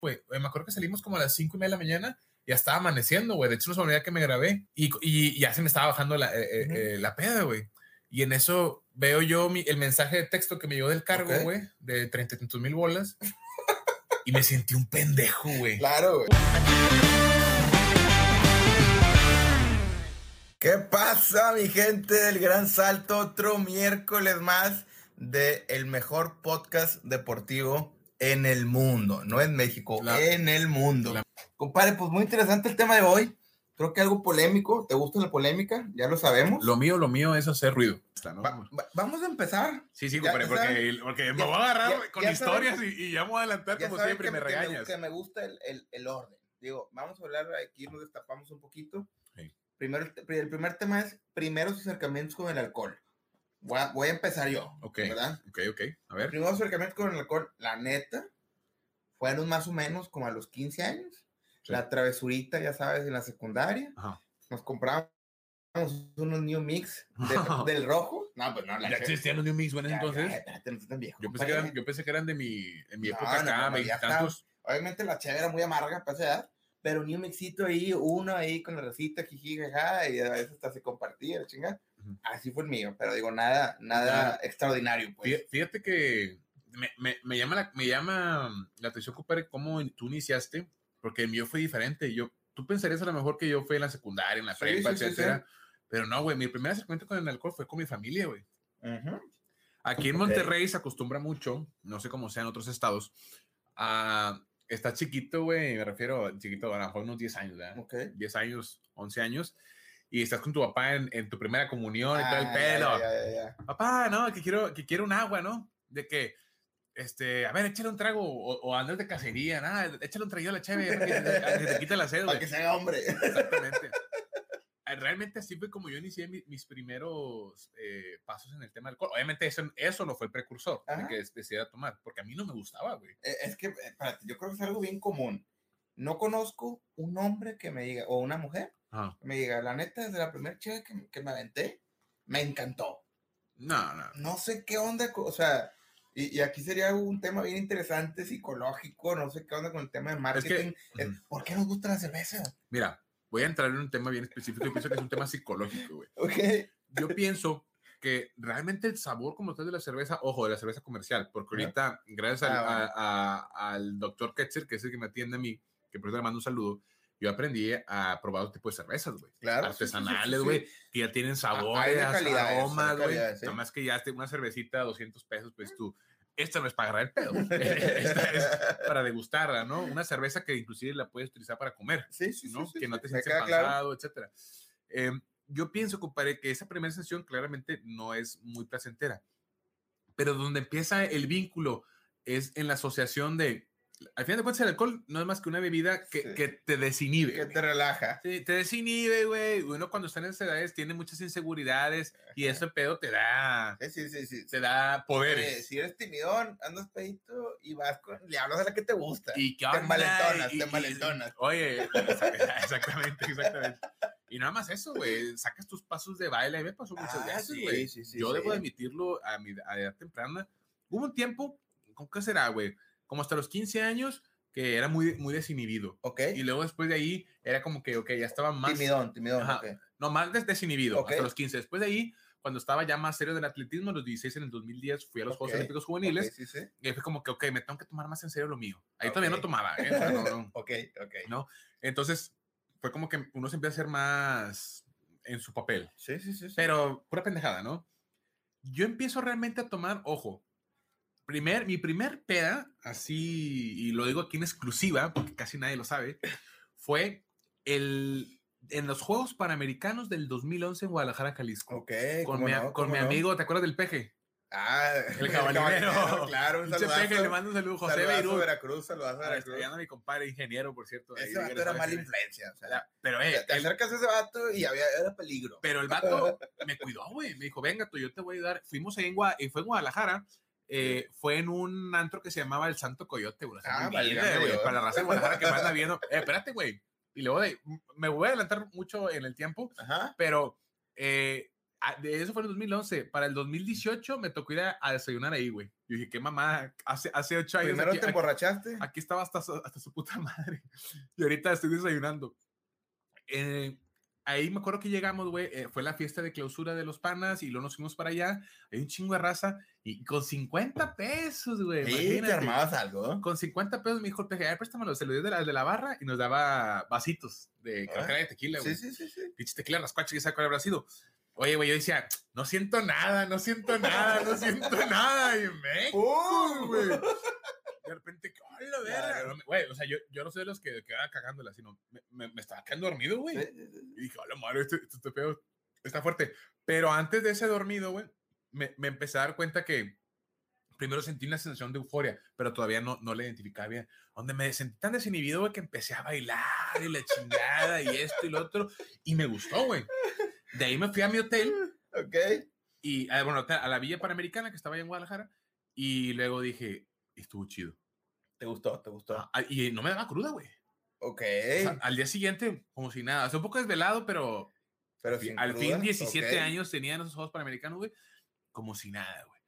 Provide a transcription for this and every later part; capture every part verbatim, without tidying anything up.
güey, me acuerdo que salimos como a las cinco y media de la mañana, ya estaba amaneciendo, güey. De hecho, no se me olvidó que me grabé y, y, y ya se me estaba bajando la, eh, uh-huh. eh, la peda, güey. Y en eso veo yo mi, el mensaje de texto que me llegó del cargo, güey, okay. de treinta y tantos mil bolas. Y me sentí un pendejo, güey. Claro, güey. ¿Qué pasa, mi gente del Gran Salto? Otro miércoles más de el mejor podcast deportivo en el mundo. No en México, la, en el mundo. La... Compadre, pues muy interesante el tema de hoy. Creo que algo polémico. ¿Te gusta la polémica? Ya lo sabemos. Lo mío, lo mío es hacer ruido. ¿No? Va, va, vamos a empezar. Sí, sí, compadre, porque, porque ya, me voy a agarrar ya, con ya historias sabes, y, y ya me voy a adelantar como siempre y me regañas. Que me, que me gusta el, el, el orden. Digo, vamos a hablar aquí, nos destapamos un poquito. Sí. Primero, el primer tema es primeros acercamientos con el alcohol. Voy a, voy a empezar yo, okay. ¿verdad? Ok, ok, a ver. Primeros acercamientos con el alcohol, la neta, fueron más o menos como a los quince años. Sí. La travesurita, ya sabes, en la secundaria. Ajá. Nos comprábamos unos New Mix de, del rojo. No, pues no. La ya existían los New Mix, bueno, ya, entonces. Ya, espérate, no estoy tan viejo. Yo pensé, que eran, yo pensé que eran de mi, en mi no, época no, acá, no, veintitantos. Obviamente la cheve era muy amarga para esa edad. Pero New Mixito ahí, uno ahí con la recita, jiji, jaja, y a veces hasta se compartía, chinga. Uh-huh. Así fue el mío, pero digo, nada, nada uh-huh. extraordinario, pues. Fíjate que me, me, me, llama la, me llama la atención, compadre, cómo tú iniciaste, porque el mío fue diferente. Yo, tú pensarías a lo mejor que yo fui en la secundaria, en la sí, prepa, sí, etcétera. Sí, sí. Pero no, güey, mi primer acercamiento con el alcohol fue con mi familia, güey. Uh-huh. Aquí en Monterrey okay. se acostumbra mucho, no sé cómo sea en otros estados, a... Estás chiquito, güey, me refiero chiquito, a lo mejor unos diez años, ¿verdad? Ok. diez años, once años, y estás con tu papá en, en tu primera comunión ah, y todo el Ya, pelo. ya, ya, ya. Papá, no, que quiero, que quiero un agua, ¿no? De que, este, a ver, échale un trago, o, o andas de cacería, nada, échale un traguillo a la cheve, para que, que te quite la sed, para que se haga hombre. Exactamente. Realmente así fue como yo inicié mi, mis primeros eh, pasos en el tema del alcohol. Obviamente eso, eso no fue el precursor Ajá. de que decidiera tomar, porque a mí no me gustaba, güey. Eh, es que, espérate, yo creo que es algo bien común. No conozco un hombre que me diga, o una mujer, Ajá. que me diga, la neta, desde la primera chica que, que me aventé, me encantó. No, no. No sé qué onda, o sea, y, y aquí sería un tema bien interesante, psicológico, no sé qué onda con el tema de marketing. Es que, es, ¿por qué nos gusta la cerveza? Mira, voy a entrar en un tema bien específico y pienso que es un tema psicológico, güey. Ok. Yo pienso que realmente el sabor como tal de la cerveza, ojo, de la cerveza comercial, porque ahorita, gracias al, ah, bueno. a, a, al doctor Ketzer, que es el que me atiende a mí, que por eso le mando un saludo, yo aprendí a probar otro tipo de cervezas, güey. Claro. Artesanales, güey, sí, sí, sí, sí. que ya tienen sabores, aromas, güey. Sí. Nada más que ya una cervecita de doscientos pesos, pues tú... Esta no es para agarrar el pedo, esta es para degustarla, ¿no? Una cerveza que inclusive la puedes utilizar para comer, sí, sí, ¿no? Sí, sí, que no sí, te sientes cansado, claro. etcétera. Eh, yo pienso, compadre, que esa primera sesión claramente no es muy placentera, pero donde empieza el vínculo es en la asociación de, al final de cuentas el alcohol no es más que una bebida que, sí. que te desinhibe. Que güey. te relaja. Sí, te desinhibe, güey. Uno cuando está en esas edades tiene muchas inseguridades y ese pedo te da, sí, sí, sí, sí. te da poderes. Eh, si eres timidón, andas pedito y vas con, le hablas a la que te gusta. Y que te envalentonas, te envalentonas. Oye, exactamente, exactamente. Y nada más eso, güey, sacas tus pasos de baile, y me pasó muchas ah, veces, sí, güey. sí, sí, Yo sí. debo admitirlo a mi a edad temprana. Hubo un tiempo, ¿cómo qué será, güey? Como hasta los quince años, que era muy, muy desinhibido. Ok. Y luego después de ahí, era como que, ok, ya estaba más... Timidón, timidón, ajá, okay. No, más des desinhibido, okay. hasta los quince. Después de ahí, cuando estaba ya más serio del atletismo, a los dieciséis, en el dos mil diez, fui a los okay. Juegos Olímpicos Juveniles. Okay, sí, sí. Y fue como que, ok, me tengo que tomar más en serio lo mío. Ahí okay. todavía no tomaba, ¿eh? O sea, no, no. ok, ok. ¿No? Entonces, fue como que uno se empieza a hacer más en su papel. Sí, sí, sí, sí. Pero pura pendejada, ¿no? Yo empiezo realmente a tomar, ojo, primer, mi primer peda, así, y lo digo aquí en exclusiva, porque casi nadie lo sabe, fue el, en los Juegos Panamericanos del dos mil once en Guadalajara, Jalisco. Ok, con mi, no, con mi no? amigo, ¿te acuerdas del Peje? Ah, el jabalinero. Claro, un saludo. Le mando un saludo, José Beirut. Veracruz, saludazo a Veracruz. Allá anda mi compadre, ingeniero, por cierto. Ese vato era mala influencia. O sea, pero, eh, te acercas a ese vato y había, era peligro. Pero el vato me cuidó, güey. Me dijo, venga, tú, yo te voy a ayudar. Fuimos ahí en, Gua y fue en Guadalajara. Eh, sí. Fue en un antro que se llamaba El Santo Coyote, güey. Ah, vale, güey. Para la raza de Guadalajara que me anda viendo. Eh, espérate, güey. Y luego de, me voy a adelantar mucho en el tiempo, Ajá. pero eh, de eso fue en el dos mil once. Para el dos mil dieciocho me tocó ir a, a desayunar ahí, güey. Yo dije, qué mamá, hace, hace ocho años. ¿Primero aquí, te emborrachaste? Aquí, aquí estaba hasta, hasta su puta madre. Y ahorita estoy desayunando. Eh, ahí me acuerdo que llegamos, güey. Eh, fue la fiesta de clausura de los panas y luego nos fuimos para allá. Hay un chingo de raza y con cincuenta pesos, güey. Sí, imagínate. Te armabas algo. Con cincuenta pesos me dijo el peje, ay, préstamelo. Se lo dio de la, de la barra y nos daba vasitos de, ¿Ah? de tequila, güey. Sí, sí, sí, sí. Pinche tequila rascuacho, ya sabe cuál habrá sido. Oye, güey, yo decía, no siento nada, no siento nada, no siento nada. Y me, uh, güey. De repente, ¡ay, la verga! Güey, o sea, yo, yo no soy de los que quedaba cagándola, sino me, me, me estaba quedando dormido, güey. Sí, sí, sí. Y dije, hola, madre, esto, esto está feo, está fuerte. Pero antes de ese dormido, güey, me, me empecé a dar cuenta que primero sentí una sensación de euforia, pero todavía no, no la identificaba bien. Donde me sentí tan desinhibido, güey, que empecé a bailar y la chingada y esto y lo otro. Y me gustó, güey. De ahí me fui a mi hotel. Ok. Y, a, bueno, a la Villa Panamericana, que estaba allá en Guadalajara. Y luego dije, estuvo chido. ¿Te gustó? ¿Te gustó? Ah, y no me daba cruda, güey. Ok. O sea, al día siguiente, como si nada. O sea, un poco desvelado, pero... Pero al, sin al cruda, fin, diecisiete okay. años tenían esos Juegos Panamericanos, güey. Como si nada, güey.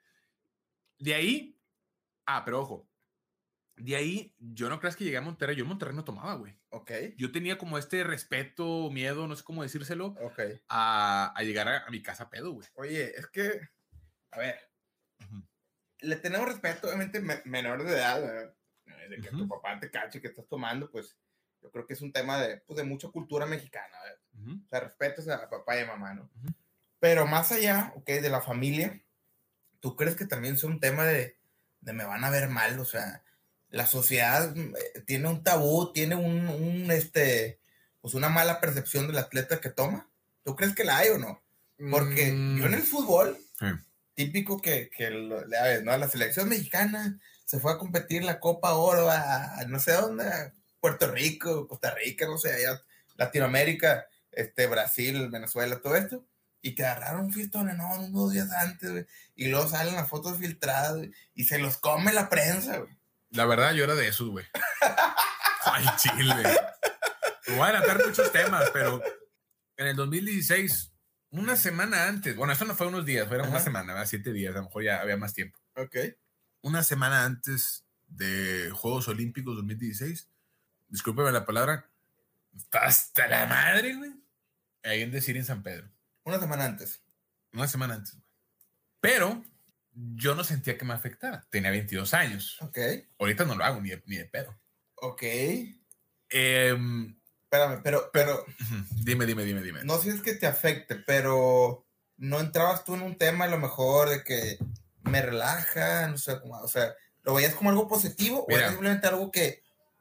De ahí... Ah, pero ojo. De ahí, yo no creas que llegué a Monterrey. Yo en Monterrey no tomaba, güey. Ok. Yo tenía como este respeto, miedo, no sé cómo decírselo, ok. a, a llegar a, a mi casa pedo, güey. Oye, es que, a ver, uh-huh. le tenemos respeto, obviamente, me, menor de edad, ¿verdad? De que uh-huh. tu papá te cache que estás tomando, pues, yo creo que es un tema de, pues, de mucha cultura mexicana, ¿verdad? Uh-huh. O sea, respetas a papá y a mamá, ¿no? Uh-huh. Pero más allá, ok, de la familia, ¿tú crees que también es un tema de, de me van a ver mal? O sea, la sociedad tiene un tabú, tiene un, un este, pues una mala percepción del atleta que toma. ¿Tú crees que la hay o no? Porque mm. yo en el fútbol, sí. típico que, que lo, ¿no? la selección mexicana se fue a competir la Copa Oro a, a no sé dónde, a Puerto Rico, Costa Rica, no sé, allá, Latinoamérica, este, Brasil, Venezuela, todo esto. Y te agarraron un fiestón, no, unos días antes, güey. Y luego salen las fotos filtradas, güey, y se los come la prensa, güey. La verdad, yo era de esos, güey. Ay, chile. Me voy a adelantar muchos temas, pero en el dos mil dieciséis, una semana antes, bueno, eso no fue unos días, fue una semana, ¿verdad? Siete días, a lo mejor ya había más tiempo. Ok. Una semana antes de Juegos Olímpicos dos mil dieciséis, discúlpeme la palabra, hasta la madre, güey. Ahí en decir en San Pedro. Una semana antes. Una semana antes, güey. Pero yo no sentía que me afectara. Tenía veintidós años. Ok. Ahorita no lo hago ni de, ni de pedo. Ok. Eh, Espérame, pero, pero... Dime, dime, dime, dime. No sé si es que te afecte, pero no entrabas tú en un tema a lo mejor de que me relaja, no sé, como, o sea, ¿lo veías como algo positivo? Mira, o era simplemente algo que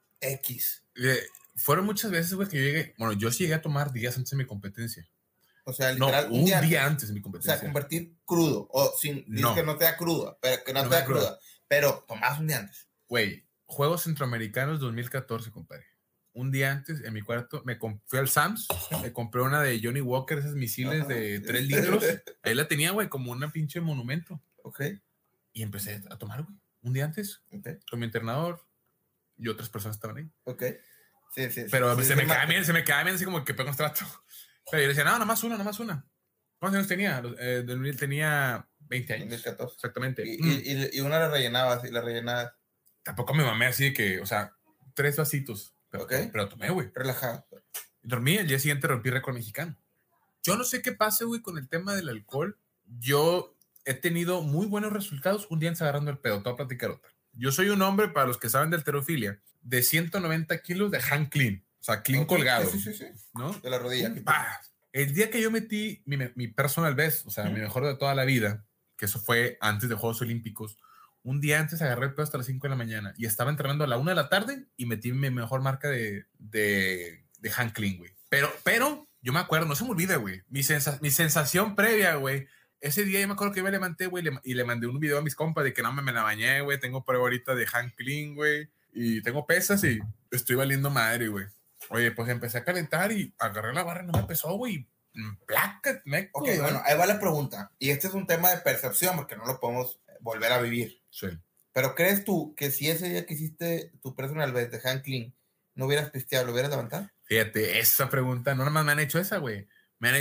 X? Eh, fueron muchas veces, güey, que yo llegué, bueno, yo sí llegué a tomar días antes de mi competencia. O sea, literal, no, un, un día, día antes. antes de mi competencia. O sea, convertir crudo, o sin, no. que no te da cruda, pero que no, no te da cruda, cruda, pero tomás un día antes. Güey, Juegos Centroamericanos dos mil catorce, compadre. Un día antes, en mi cuarto, me fui al Sam's, me compré una de Johnny Walker, esas misiles Ajá. de tres litros. Ahí la tenía, güey, como una pinche monumento. Ok. Y empecé a tomar, güey, un día antes. Okay. Con mi entrenador y otras personas estaban ahí. Ok. Sí, sí. Pero sí, se, sí, me sí, quedaba bien, se me quedaba bien así como que pego un trato. Pero yo decía, no, nomás una, nomás una. ¿Cuántos años tenía? Eh, tenía veinte años. dos mil catorce. Exactamente. Y, mm. y, y una la rellenabas, y la rellenabas. Tampoco me mamé así de que, o sea, tres vasitos. Pero, okay. pero tomé, güey. Relajado. Dormí, el día siguiente rompí récord mexicano. Yo no sé qué pase, güey, con el tema del alcohol. Yo he tenido muy buenos resultados un día en agarrando el pedo. Te voy a platicar otra. Yo soy un hombre, para los que saben de halterofilia, de ciento noventa kilos de hang clean. O sea, clean okay. colgado. Sí, sí, sí. ¿No? De la rodilla. ¡Pah! El día que yo metí mi, mi personal best, o sea, ¿Mm? mi mejor de toda la vida, que eso fue antes de Juegos Olímpicos, un día antes agarré el pedo hasta las cinco de la mañana y estaba entrenando a la una de la tarde y metí mi mejor marca de, de, de hand clean, güey. Pero, pero, yo me acuerdo, no se me olvida, güey, mi, sensa, mi sensación previa, güey. Ese día yo me acuerdo que yo me levanté, güey, y le mandé un video a mis compas de que no me, me la bañé, güey, tengo prueba ahorita de hand clean, güey, y tengo pesas y estoy valiendo madre, güey. Oye, pues empecé a calentar y agarré la barra y no me pesó, güey. Placa, me Ok, ¿no? Bueno, ahí va la pregunta. Y este es un tema de percepción porque no lo podemos volver a vivir. Sí. Pero ¿crees tú que si ese día que hiciste tu personal best de hand clean no hubieras pisteado, lo hubieras levantado? Fíjate, esa pregunta, no nada más me han hecho esa, güey. Me han hecho,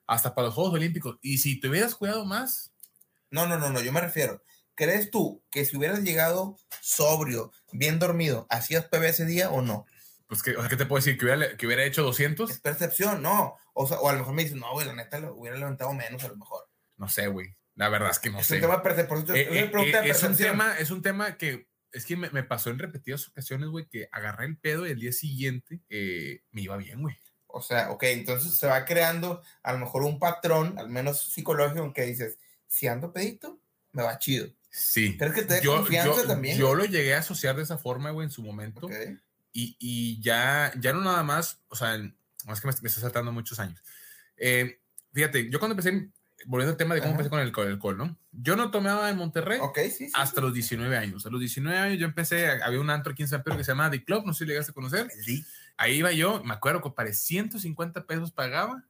hasta para los Juegos Olímpicos. Y si te hubieras cuidado más. No, no, no, no, yo me refiero. ¿Crees tú que si hubieras llegado sobrio, bien dormido, hacías P B ese día o no? Pues, ¿qué, o sea, ¿qué te puedo decir? ¿Que hubiera, que hubiera hecho doscientos? Es percepción, no. O sea, o a lo mejor me dices, no, güey, la neta lo hubiera levantado menos a lo mejor. No sé, güey. La verdad es que no es sé. Un tema perce- por eso, eh, es, eh, pregunta de es, un percepción. tema, es un tema que es que me, me pasó en repetidas ocasiones, güey, que agarré el pedo y el día siguiente eh, me iba bien, güey. O sea, ok, entonces se va creando a lo mejor un patrón, al menos psicológico, en que dices, si ando pedito, me va chido. Sí. ¿Crees que te dé yo, confianza yo, también? Yo lo llegué a asociar de esa forma, güey, en su momento. Okay. Y, y ya, ya no nada más, o sea, no es que me, me está saltando muchos años. Eh, fíjate, yo cuando empecé, volviendo al tema de cómo Ajá. empecé con el, con el alcohol, ¿no? Yo no tomaba en Monterrey okay, sí, sí, hasta sí. los diecinueve años. A los diecinueve años yo empecé, había un antro aquí en San Pedro que se llamaba The Club, no sé si le llegaste a conocer. Sí. Ahí iba yo, me acuerdo que para ciento cincuenta pesos pagaba.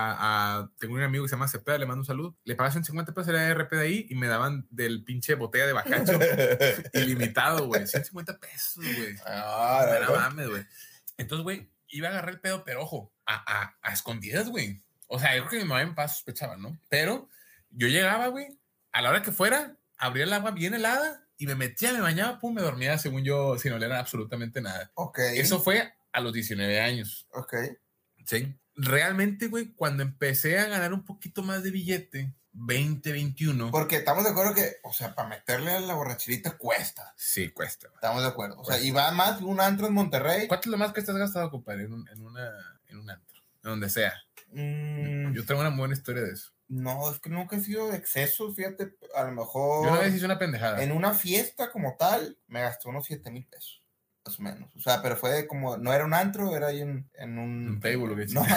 A, a, tengo un amigo que se llama Cepeda, le mando un saludo. Le pagaba ciento cincuenta pesos, era R P de ahí y me daban del pinche botella de bacacho ilimitado, güey. ciento cincuenta pesos, güey. Ah, no, no mames, güey. Entonces, güey, iba a agarrar el pedo, pero ojo, a, a, a escondidas, güey. O sea, yo creo que mi mamá en paz sospechaba, ¿no? Pero yo llegaba, güey, a la hora que fuera, abría el agua bien helada y me metía, me bañaba, pum, me dormía, según yo, sin oler absolutamente nada. Ok. Eso fue a los diecinueve años. Ok. Sí. Realmente, güey, cuando empecé a ganar un poquito más de billete, veinte, veintiuno. Porque estamos de acuerdo que, o sea, para meterle a la borrachirita cuesta. Sí, cuesta. Güey. Estamos de acuerdo. O cuesta. sea, y va más un antro en Monterrey. ¿Cuánto es lo más que estás gastado, compadre, en un, en una, en un antro? En donde sea. Mm. Yo tengo una buena historia de eso. No, es que nunca he sido de exceso, fíjate, a lo mejor... Yo una vez hice una pendejada. En una fiesta como tal, me gasté unos siete mil pesos. Más o menos. O sea, pero fue como, no era un antro, era ahí en, en un... Un table, ¿qué no,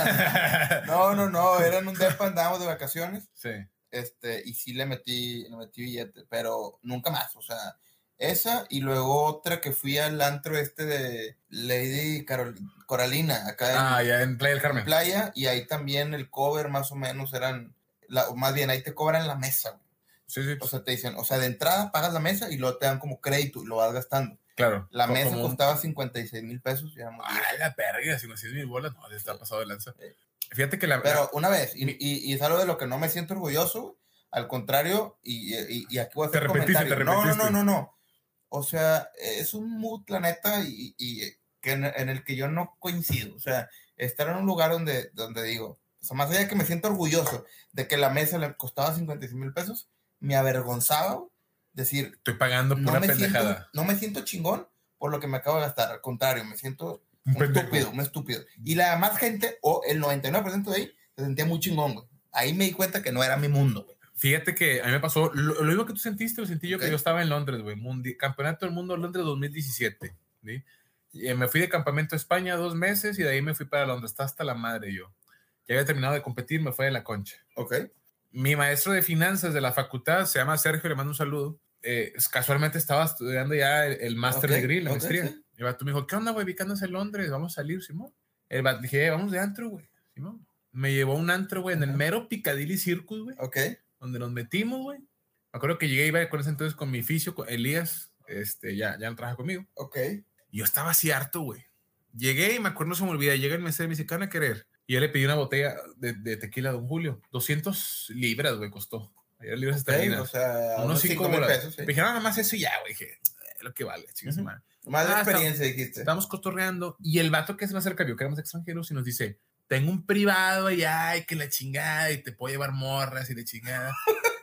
no, no, no, era en un depa, andábamos de vacaciones. Sí. Este, y sí le metí, le metí billete, pero nunca más, o sea, esa y luego otra que fui al antro este de Lady Carol, Coralina, acá en, ah, ya en Playa del Carmen. En Playa, y ahí también el cover más o menos eran, la, o más bien ahí te cobran la mesa, güey. Sí, sí. O sea, te dicen, o sea, de entrada pagas la mesa y luego te dan como crédito y lo vas gastando. Claro. La mesa como... costaba cincuenta y seis mil pesos. Ah, la perga, cincuenta y seis mil bolas, no, está pasado de lanza. Eh, Fíjate que la... Pero una vez, y, y, y es algo de lo que no me siento orgulloso, güey. Al contrario, y, y, y aquí voy a hacer comentarios. Te no, no, no, no, no. O sea, es un mood, la neta, y, y que en, en el que yo no coincido. O sea, estar en un lugar donde, donde digo, o sea, más allá de que me siento orgulloso de que la mesa le costaba cincuenta y seis mil pesos, me avergonzaba, güey, decir, estoy pagando por no una me pendejada. Siento, no me siento chingón por lo que me acabo de gastar. Al contrario, me siento un, un estúpido, un estúpido. Y la más gente, o el noventa y nueve por ciento de ahí, se sentía muy chingón, güey. Ahí me di cuenta que no era mi mundo, güey. Fíjate que a mí me pasó, lo, lo mismo que tú sentiste, lo sentí yo, okay. Que yo estaba en Londres, güey, Campeonato del Mundo Londres dos mil diecisiete, ¿sí? Y me fui de campamento a España dos meses y de ahí me fui para Londres, está hasta la madre yo. Ya había terminado de competir, me fue de la concha. Ok. Mi maestro de finanzas de la facultad, se llama Sergio, le mando un saludo, eh, casualmente estaba estudiando ya el, el Master okay. Degree, la okay, maestría. Sí. Y el vato me dijo, ¿qué onda, güey? Ubicándose en Londres, vamos a salir, Simón. El vato, dije, eh, vamos de antro, güey, Simón. Me llevó a un antro, güey, uh-huh. en el mero Piccadilly Circus, güey. Ok. Donde nos metimos, güey. Me acuerdo que llegué, iba con ese entonces con mi fisio, con Elías, este, ya, ya no trabaja conmigo. Ok. Y yo estaba así harto, güey. Llegué y me acuerdo, no se me olvida, llega el mesero y me dice, ¿qué van a querer? Y yo le pedí una botella de, de tequila a Don Julio. doscientas libras, güey, costó. Ayer libras esterlinas. Okay, o sea, unos cinco mil pesos, sí. Me dijeron, nada más eso y ya, güey. Dije, es lo que vale, chicas, uh-huh. Más ah, experiencia, estamos, dijiste. Estamos cotorreando. Y el vato que se me acerca, vio que éramos extranjeros y nos dice, tengo un privado allá y que la chingada y te puedo llevar morras y la chingada.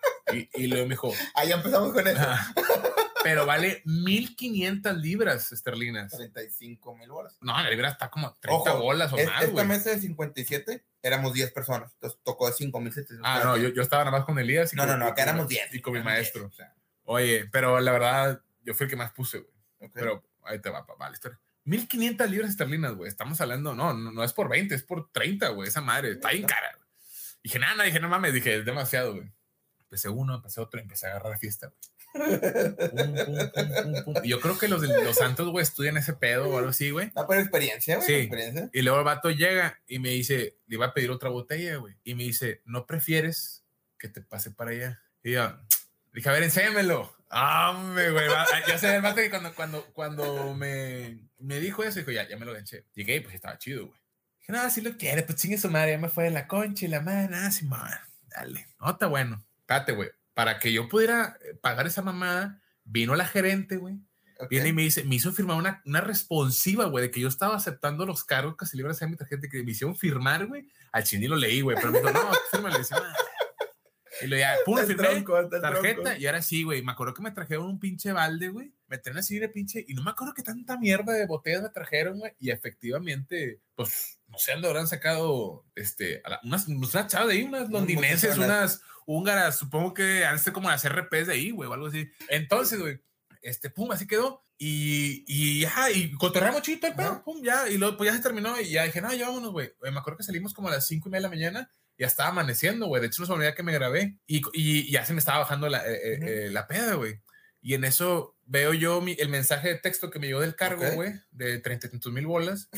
y, y luego me dijo, ahí empezamos con eso. Pero vale mil quinientas libras esterlinas. treinta y cinco mil bolas. No, la libra está como treinta Ojo, bolas o es, más, Esta güey. mesa de cincuenta y siete éramos diez personas. Entonces tocó de cinco mil setecientos. Ah, no, yo, yo estaba nada más con Elías. Y no, con, no, no, acá con, éramos diez. Y con mi maestro. diez, o sea. Oye, pero la verdad, yo fui el que más puse, güey. Okay. Pero ahí te va, papá, la historia. mil quinientas libras esterlinas, güey. Estamos hablando, no, no, no es por veinte, es por treinta, güey. Esa madre, está bien cara, güey. Dije, nada, no, dije, no mames, dije, es demasiado, güey. Empecé uno, empecé otro, empecé a agarrar fiesta, güey. Pum, pum, pum, pum, pum. Yo creo que los, los santos, güey, estudian ese pedo o algo así, güey. No, pero experiencia, güey. Sí. Experiencia. Y luego el vato llega y me dice, le iba a pedir otra botella, güey. Y me dice, ¿no prefieres que te pase para allá? Y yo, dije, a ver, enséñamelo. ¡Hombre, güey! Ya sé, el vato que cuando, cuando, cuando me, me dijo eso, dijo, ya, ya me lo ganché. Llegué y pues estaba chido, güey. Dije, no, si lo quiere, pues chingue su madre, ya me fue de la concha y la madre, nada, sí, man, dale. No, está bueno. Espérate, güey. Para que yo pudiera pagar esa mamada, vino la gerente, güey. Okay. Viene y me dice, me hizo firmar una, una responsiva, güey, de que yo estaba aceptando los cargos que se libran a mi tarjeta, que me hicieron firmar, güey. Al chini lo leí, güey, pero me dijo, no, fírmale, dice, madre. Y lo ya, pum, firmé, tronco, tarjeta, tronco. Y ahora sí, güey, me acuerdo que me trajeron un pinche balde, güey, me trajeron así de pinche, y no me acuerdo que tanta mierda de botellas me trajeron, güey, y efectivamente, pues, no sé dónde habrán sacado, este, a la, unas, unas chavas de ahí, unas londinenses, unas húngaras, supongo que han sido como las R Ps de ahí, güey, o algo así. Entonces, güey, este, pum, así quedó, y, y ya, y cotorreamos chito el pedo, pum, ya, y luego, pues ya se terminó, y ya dije, no, ya vámonos, güey, me acuerdo que salimos como a las cinco y media de la mañana, ya estaba amaneciendo, güey. De hecho, no se me olvidaba que me grabé. Y, y, y ya se me estaba bajando la, eh, uh-huh. eh, la peda, güey. Y en eso veo yo mi, el mensaje de texto que me llegó del cargo, güey, okay. de treinta y tantos mil bolas.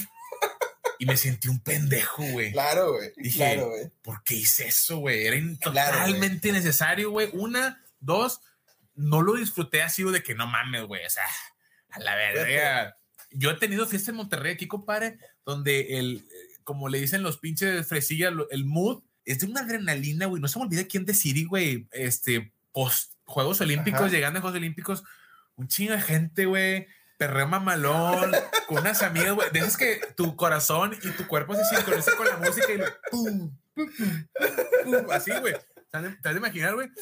Y me sentí un pendejo, güey. Claro, güey. Dije, claro, güey. ¿Por qué hice eso, güey? Era totalmente claro, necesario, güey. Una, dos, no lo disfruté así de que no mames, güey. O sea, a la verga. Yo he tenido fiesta en Monterrey aquí, compadre, donde el, como le dicen los pinches fresillas, el mood es de una adrenalina, güey. No se me olvida quién de Siri, güey. Este, post Juegos Olímpicos, ajá. llegando a Juegos Olímpicos, un chingo de gente, güey. Perreo mamalón, con unas amigas, güey. De esas que tu corazón y tu cuerpo se sincronizan con la música y lo, pum, pum, pum, pum, así, güey. ¿Te has de imaginar, güey?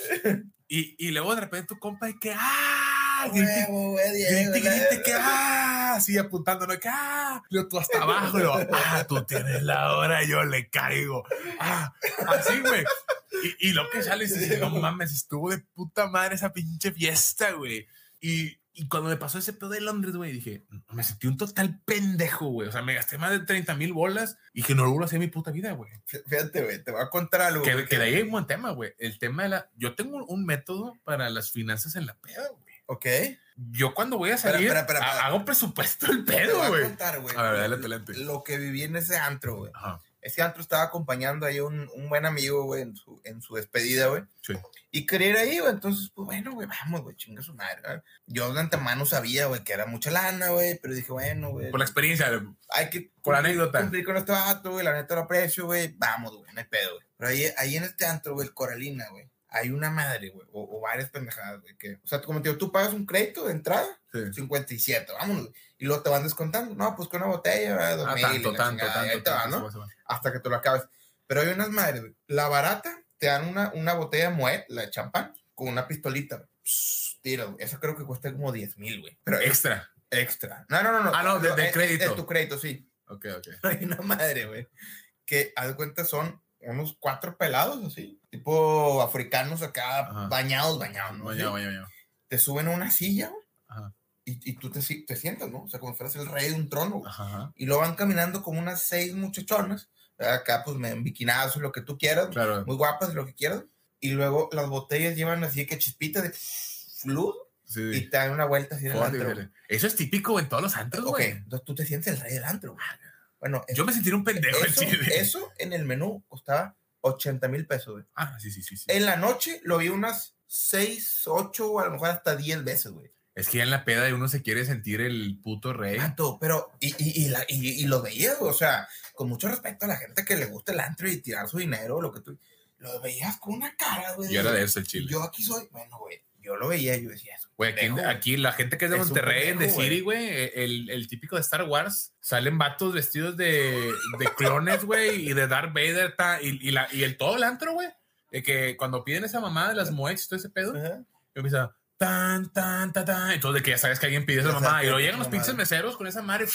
Y, y luego de repente tu compa y que, ¡ah! Grite, grite, grite, que, ¡ah! Así apuntándonos, que, ¡ah! Y tú hasta abajo, y lo, ¡ah! Tú tienes la hora, yo le caigo. ¡Ah! Así, güey. Y, y lo que sale es, no mames, estuvo de puta madre esa pinche fiesta, güey. Y, y cuando me pasó ese pedo de Londres, güey, dije, me sentí un total pendejo, güey. O sea, me gasté más de treinta mil bolas y que no lo vuelvo a hacer en mi puta vida, güey. Fíjate, güey, te voy a contar algo. Que, que de ahí hay un buen tema, güey. El tema de la... Yo tengo un método para las finanzas en la peda, güey. Ok. Yo cuando voy a salir, espera, espera, espera, hago presupuesto el pedo, güey. Te voy a contar, güey. A ver, dale, adelante. Lo que viví en ese antro, güey. Ajá. Ese antro estaba acompañando ahí un, un buen amigo, güey, en su, en su despedida, güey. Sí. Y quería ir ahí, güey. Entonces, pues bueno, güey, vamos, güey, chinga su madre, ¿verdad? Yo de antemano sabía, güey, que era mucha lana, güey, pero dije, bueno, güey. Por la experiencia, hay que por la anécdota. Cumplir con este vato, güey, la neta lo aprecio, güey. Vamos, güey, no hay pedo, güey. Pero ahí, ahí en este antro, güey, el Coralina, güey, hay una madre, güey, o, o varias pendejadas, güey, que, o sea, como te digo, tú pagas un crédito de entrada, sí. cincuenta y siete, vámonos, güey, y luego te van descontando, no, pues con una botella, ¿verdad? dos ah, mil, tanto, tanto, chingada, tanto, ahí te va, tanto, ¿no? se va, se va. Hasta que te lo acabes. Pero hay unas madres, güey, la barata, te dan una, una botella de Moet, la de champán, con una pistolita, pss, tira, güey, eso creo que cuesta como diez mil, güey. Pero extra. Extra. No, no, no, no. Ah, no, de, de es, crédito. Es, es tu crédito, sí. Ok, ok. Hay una madre, güey, que, haz de cuenta, son unos cuatro pelados así, tipo africanos acá, ajá. bañados, bañados, ¿no? Bañado, bañado, bañado. Te suben a una silla, güey, ajá. y, y tú te, te sientas, ¿no? O sea, como si fueras el rey de un trono, güey. Ajá. Y luego van caminando como unas seis muchachonas, acá pues en biquinados, lo que tú quieras, claro. muy guapas, lo que quieras. Y luego las botellas llevan así que chispitas de flujo. Sí. Y te dan una vuelta así en el antro. Eso es típico en todos los antros, güey. Ok, entonces tú te sientes el rey del antro, güey. Bueno, yo me sentí un pendejo eso, en Chile. Eso en el menú costaba ochenta mil pesos, güey. Ah, sí, sí, sí, sí. En la noche lo vi unas seis, ocho o a lo mejor hasta diez veces, güey. Es que ya en la peda uno se quiere sentir el puto rey. Mato, pero, y, y, y, la, y, y lo veías, o sea, con mucho respeto a la gente que le gusta el antro y tirar su dinero, lo que tú, lo veías con una cara, güey. Yo era de eso, el Chile. Yo aquí soy, bueno, güey, yo lo veía y yo decía eso. Güey, aquí, aquí la gente que es de es Monterrey, pendejo, de City, güey, el, el típico de Star Wars, salen vatos vestidos de, de clones, güey, y de Darth Vader, ta, y, y, la, y el todo el antro, güey, de que cuando piden esa mamada de las Moex y todo ese pedo, uh-huh. yo empieza tan, tan, tan, tan, entonces de que ya sabes que alguien pide esa mamada, y luego llegan los pinches meseros con esa madre,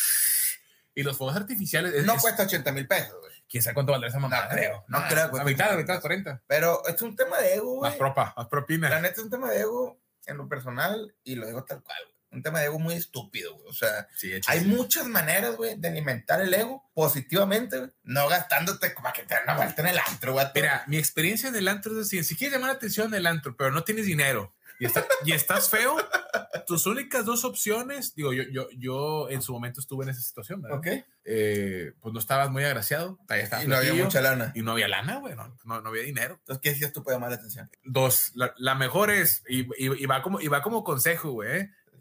y los fuegos artificiales. No es, cuesta ochenta mil pesos, güey. ¿Quién sabe cuánto valdrá esa mamada? No creo, no, no creo. A mitad, a mitad, cuarenta. Pero es un tema de ego, güey. Más propa, más propina. La neta es un tema de ego en lo personal, y lo digo tal cual, güey. Un tema de ego muy estúpido, güey. O sea, sí, hay sí. muchas maneras, güey, de alimentar el ego positivamente, güey. No gastándote para que te den una vuelta en el antro, güey. Mira, mi experiencia en el antro es así. Si quieres llamar la atención del antro, pero no tienes dinero y, está, y estás feo, tus únicas dos opciones, digo, yo, yo, yo en su momento estuve en esa situación, ¿verdad? Ok. Eh, pues no estabas muy agraciado. Y no había mucha lana. Y no había lana, güey. No, no, no había dinero. Entonces, ¿qué decías tú para llamar la atención? Dos. La, la mejor es, y, y, y, va como, y va como consejo, güey, ¿eh?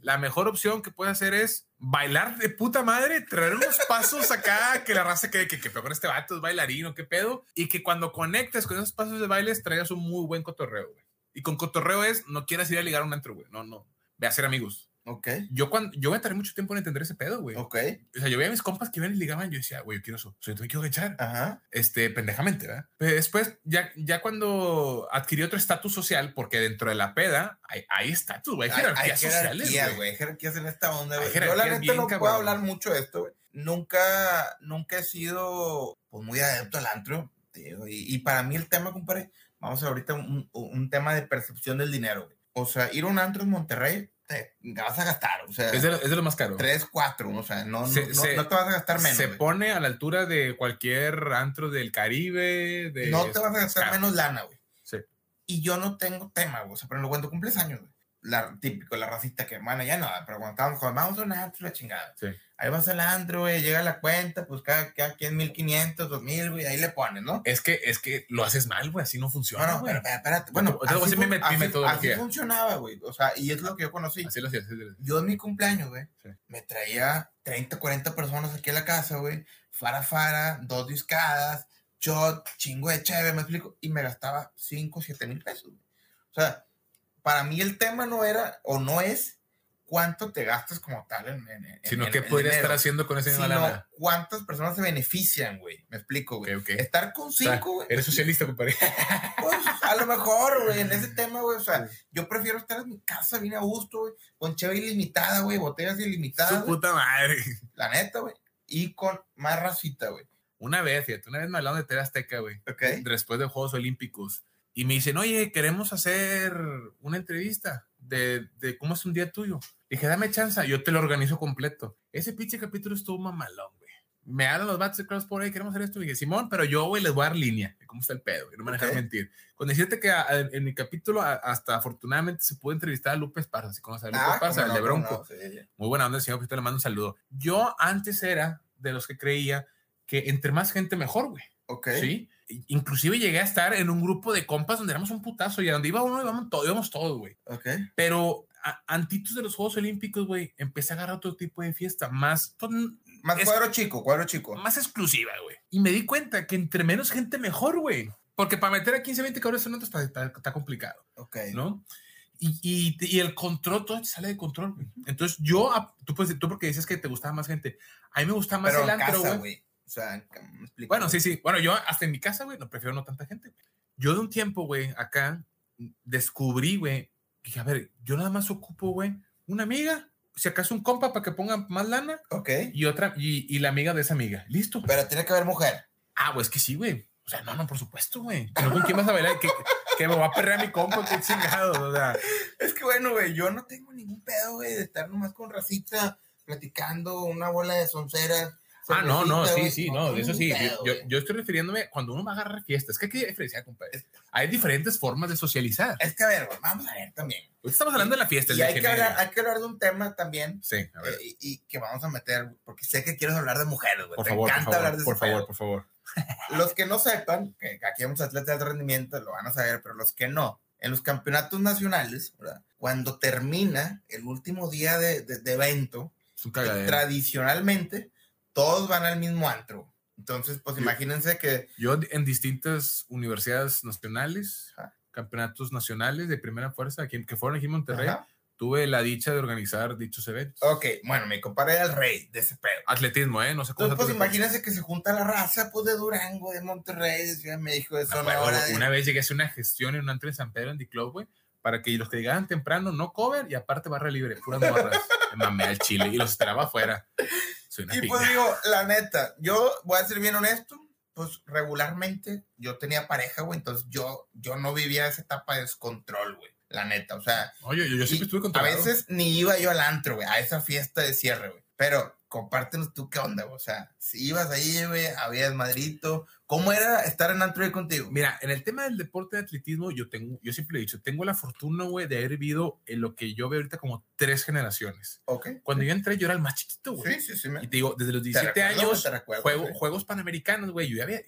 la mejor opción que puedes hacer es bailar de puta madre, traer unos pasos acá, que la raza que, que, que peor con este vato es bailarín o qué pedo, y que cuando conectes con esos pasos de bailes traigas un muy buen cotorreo, güey. Y con cotorreo es, no quieras ir a ligar a un antro, güey. No, no. Ve a ser amigos. Ok. Yo, cuando, yo me tardé mucho tiempo en entender ese pedo, güey. Ok. O sea, yo veía a mis compas que iban y ligaban, yo decía, güey, yo quiero eso. O sea, yo me quiero echar. Ajá. Este, pendejamente, ¿verdad? Pero después, ya, ya cuando adquirí otro estatus social, porque dentro de la peda hay estatus, güey. Hay jerarquías hay, hay sociales, jerarquía, güey. Hay jerarquías en esta onda, güey. Yo la neta no puedo hablar mucho de esto, güey. Nunca, nunca he sido pues, muy adepto al antro, tío. Y, y para mí el tema, compadre, vamos a ahorita un, un tema de percepción del dinero, güey. O sea, ir a un antro en Monterrey, te vas a gastar, o sea... Es de lo, es de lo más caro. Tres, cuatro, o sea, no, se, no, se, no te vas a gastar menos. Se wey. pone a la altura de cualquier antro del Caribe. De no te vas a gastar caro. menos lana, güey. Sí. Y yo no tengo tema, güey. O sea, pero cuando cumples años, güey. La, típico, la racita que, bueno, ya no, pero cuando estábamos jóvenes, vamos a un antro, la chingada. Sí. Ahí vas al antro, güey, llega la cuenta, pues cada, cada quien mil quinientos, dos mil, güey, ahí le pones, ¿no? Es que, es que lo haces mal, güey, así no funciona, No, no, güey. pero espérate, bueno, así, así, mi, mi así, metodología. Así funcionaba, güey, o sea, y es lo que yo conocí. Así lo hacía, así lo hacía. Yo en mi cumpleaños, güey, sí. me traía treinta, cuarenta personas aquí a la casa, güey, fara, fara, dos discadas, shot, chingo de cheve, me explico, y me gastaba cinco, siete mil pesos, güey. O sea, para mí el tema no era, o no es, cuánto te gastas como tal en, en, en sino en, qué en podría dinero, estar haciendo con ese sino lana. cuántas personas se benefician, güey. Me explico, güey. Okay, okay. Estar con cinco, güey. O sea, eres socialista, compadre. Pues a lo mejor, güey, en ese tema, güey. O sea, sí. Yo prefiero estar en mi casa bien a gusto, güey. Con cheve ilimitada, güey. Botellas ilimitadas. Su puta madre. La neta, güey. Y con más racita, güey. Una vez, fíjate, una vez me hablaron de T V Azteca, güey. Ok. Después de Juegos Olímpicos. Y me dicen, oye, queremos hacer una entrevista de, de cómo es un día tuyo. Dije, dame chance, yo te lo organizo completo. Ese pinche capítulo estuvo mamalón, güey. Me hablan los vatos de Cross por ahí, queremos hacer esto. Y dije, Simón, pero yo, güey, les voy a dar línea. ¿Cómo está el pedo? Y no me okay. dejan mentir. Con decirte que a, a, en mi capítulo, a, hasta afortunadamente, se pudo entrevistar a Lupe Esparza. ¿Sí conoces a Lupe ah, Esparza? El no, de Bronco. No, sí, sí. Muy buena onda, el señor, que le mando un saludo. Yo antes era de los que creía que entre más gente, mejor, güey. Ok. Sí. Inclusive llegué a estar en un grupo de compas donde éramos un putazo y a donde iba uno íbamos todos, íbamos todos, güey. Ok. Pero a, antitos de los Juegos Olímpicos, güey, empecé a agarrar otro tipo de fiesta, más... Pues, más es, cuadro chico, cuadro chico. Más exclusiva, güey. Y me di cuenta que entre menos gente mejor, güey. Porque para meter a quince, veinte cabrones en otros está, está, está complicado. Ok. ¿No? Y, y, y el control, todo te sale de control, güey. Entonces yo, tú, pues, tú porque dices que te gustaba más gente, a mí me gustaba más pero el antro, güey. O sea, me explico. Bueno, sí, sí. Bueno, yo hasta en mi casa, güey, no prefiero no tanta gente. Yo de un tiempo, güey, acá descubrí, güey, que a ver, yo nada más ocupo, güey, una amiga, si acaso un compa para que ponga más lana. Ok. Y otra, y, y la amiga de esa amiga. Listo. Pero tiene que haber mujer. Ah, güey, es que sí, güey. O sea, no, no, por supuesto, güey. ¿No con quién vas a bailar? Que, que me va a perrear mi compa, qué chingado, o sea. Es que bueno, güey, yo no tengo ningún pedo, güey, de estar nomás con racita, platicando una bola de sonceras. Ah, no, no, sí, sí, no, no de eso sí. pedo, yo, yo estoy refiriéndome cuando uno va a agarrar fiestas. Es que hay que diferenciar, compadre. Hay diferentes formas de socializar. Es que, a ver, vamos a ver también. Hoy estamos hablando y, de la fiesta. Y hay que, hablar, hay que hablar de un tema también. Sí, a ver. Eh, y, y que vamos a meter, porque sé que quieres hablar de mujeres, güey. Por Te favor, encanta por favor, hablar de por ese favor, pedo. por favor. Los que no sepan, que aquí vamos atletas de rendimiento, lo van a saber, pero los que no, en los campeonatos nacionales, ¿verdad? Cuando termina el último día de, de, de evento, eh, tradicionalmente, todos van al mismo antro. Entonces, pues yo, imagínense que... Yo en distintas universidades nacionales, ajá, campeonatos nacionales de primera fuerza, aquí, que fueron aquí en Monterrey, ajá, tuve la dicha de organizar dichos eventos. Ok, bueno, mi compadre era el rey de ese pedo. Atletismo, ¿eh? No sé cómo. Entonces, pues imagínense que se junta la raza, pues, de Durango, de Monterrey, de Ciudad de México, de Sonora. No, de... Una vez llegué a hacer una gestión en un antro en San Pedro, en D-Club, güey, para que los que llegaban temprano no cover y aparte barra libre, puras morras. Me mamé al chile y los esperaba afuera. Soy una y piña. Pues digo, la neta, yo voy a ser bien honesto, pues regularmente yo tenía pareja, güey, entonces yo, yo no vivía esa etapa de descontrol, güey, la neta, o sea. Oye, yo, yo siempre estuve controlado. A veces ni iba yo al antro, güey, a esa fiesta de cierre, güey, pero compártenos tú qué onda, güey, o sea, si ibas ahí, güey, habías madrito, ¿cómo era estar en antro ahí contigo? Mira, en el tema del deporte de atletismo, yo tengo, yo siempre he dicho, tengo la fortuna, güey, de haber vivido en lo que yo veo ahorita como tres generaciones. Ok. Cuando yo entré, yo era el más chiquito, güey. Sí, sí, sí. Me... Y te digo, desde los diecisiete recuerdo, años, recuerdo, juego, sí. Juegos Panamericanos, güey, yo ya había,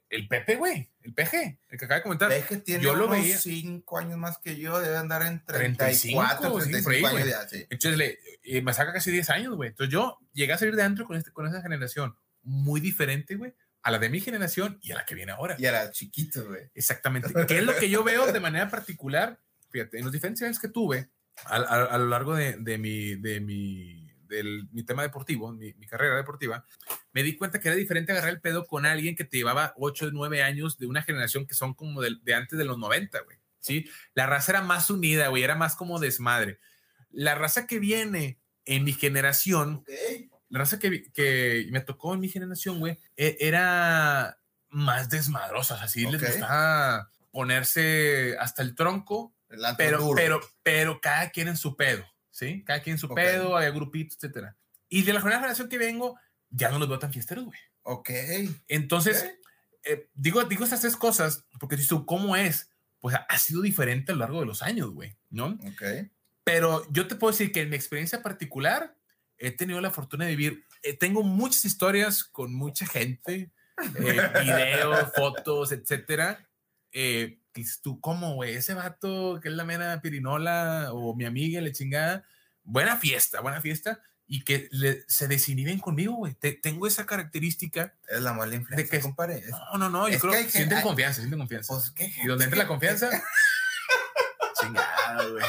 El Pepe, güey, el P G, el que acaba de comentar. Peje tiene yo unos lo veía cinco años más que yo, debe andar en treinta y cuatro, treinta y cinco años ya, sí. Entonces le, eh, me saca casi diez años, güey. Entonces yo llegué a salir de antro con, este, con esa generación muy diferente, güey, a la de mi generación y a la que viene ahora. Y a la chiquita, güey. Exactamente. ¿Qué es lo que yo veo de manera particular? Fíjate, en los diferentes años que tuve a, a, a lo largo de, de mi... De mi del mi tema deportivo, mi, mi carrera deportiva, me di cuenta que era diferente agarrar el pedo con alguien que te llevaba ocho o nueve años de una generación que son como de, de antes de los noventa, güey, ¿sí? La raza era más unida, güey, era más como desmadre. La raza que viene en mi generación, okay. la raza que, que me tocó en mi generación, güey, era más desmadrosa, así okay. les gustaba ponerse hasta el tronco, el pero, pero, pero cada quien en su pedo. ¿Sí? Cada quien su okay. pedo, hay grupitos, etcétera. Y de la generación que vengo, ya no los veo tan fiesteros, güey. Ok. Entonces, okay. Eh, digo, digo estas tres cosas, porque dices tú, ¿cómo es? Pues ha sido diferente a lo largo de los años, güey, ¿no? Ok. Pero yo te puedo decir que en mi experiencia particular, he tenido la fortuna de vivir, eh, tengo muchas historias con mucha gente, eh, videos, fotos, etcétera. Eh, dices tú, ¿cómo, güey? Ese vato que es la mera pirinola o mi amiga, la chingada, buena fiesta, buena fiesta, y que le, se desinhiben conmigo, güey. Te, tengo esa característica. Es la mala influencia, de que, compadre. No, no, no, yo creo que, que sienten hay, confianza, sienten confianza. Pues, ¿qué? Y donde entra la confianza, chingado, güey.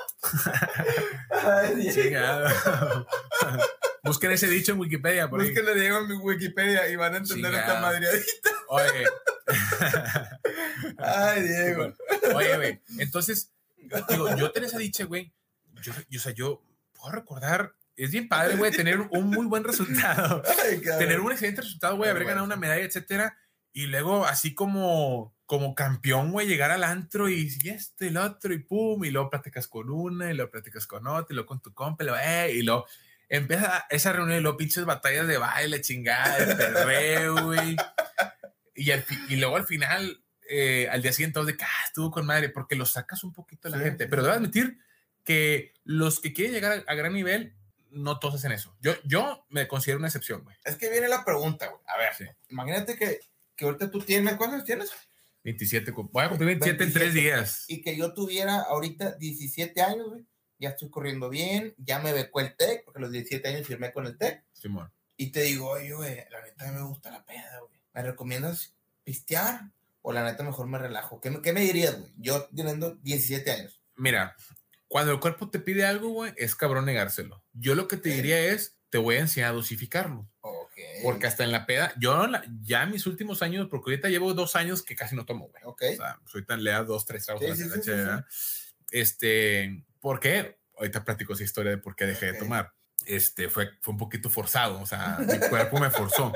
Chingado. Busquen ese dicho en Wikipedia. Por Busquen el Diego en mi Wikipedia y van a entender chingado. Esta madreadita. Oye. Ay, Diego. Oye, güey. Entonces, digo, yo tenía esa dicha, güey. Yo, yo, o sea, yo puedo recordar, es bien padre, güey, tener un muy buen resultado. Ay, tener un excelente resultado, güey, haber ganado una medalla, etcétera. Y luego, así como, como campeón, güey, llegar al antro y, y este, el otro, y pum, y luego platicas con una, y luego platicas con otra, y luego con tu compa, y luego, eh, y luego empieza esa reunión, y luego pinches batallas de baile, chingada, de perreo, güey. Y, al, y luego al final, eh, al día siguiente, todos de que, ah, estuvo con madre, porque lo sacas un poquito a la sí, gente. Pero debo admitir que los que quieren llegar a, a gran nivel, no todos hacen eso. Yo, yo me considero una excepción, güey. Es que viene la pregunta, güey. A ver, sí. Imagínate que, que ahorita tú tienes, ¿cuántos tienes? veintisiete. Voy a cumplir veintisiete, veintisiete en tres días. Y que yo tuviera ahorita diecisiete años, güey. Ya estoy corriendo bien, ya me becó el TEC, porque a los diecisiete años firmé con el TEC. Simón. Y te digo, oye, güey, la neta me gusta la peda, güey. ¿Me recomiendas pistear? O la neta mejor me relajo. ¿Qué, qué me dirías, güey? Yo teniendo diecisiete años. Mira, cuando el cuerpo te pide algo, güey, es cabrón negárselo. Yo lo que te diría es, te voy a enseñar a dosificarlo. Okay. Porque hasta en la peda, yo la, ya en mis últimos años, porque ahorita llevo dos años que casi no tomo, güey. Okay. O sea, soy tan lea dos, tres tragos. Sí, sí, sí, sí, sí. Este, ¿por qué? Ahorita platico esa historia de por qué dejé okay. de tomar. Este, fue, fue un poquito forzado, o sea, mi cuerpo me forzó.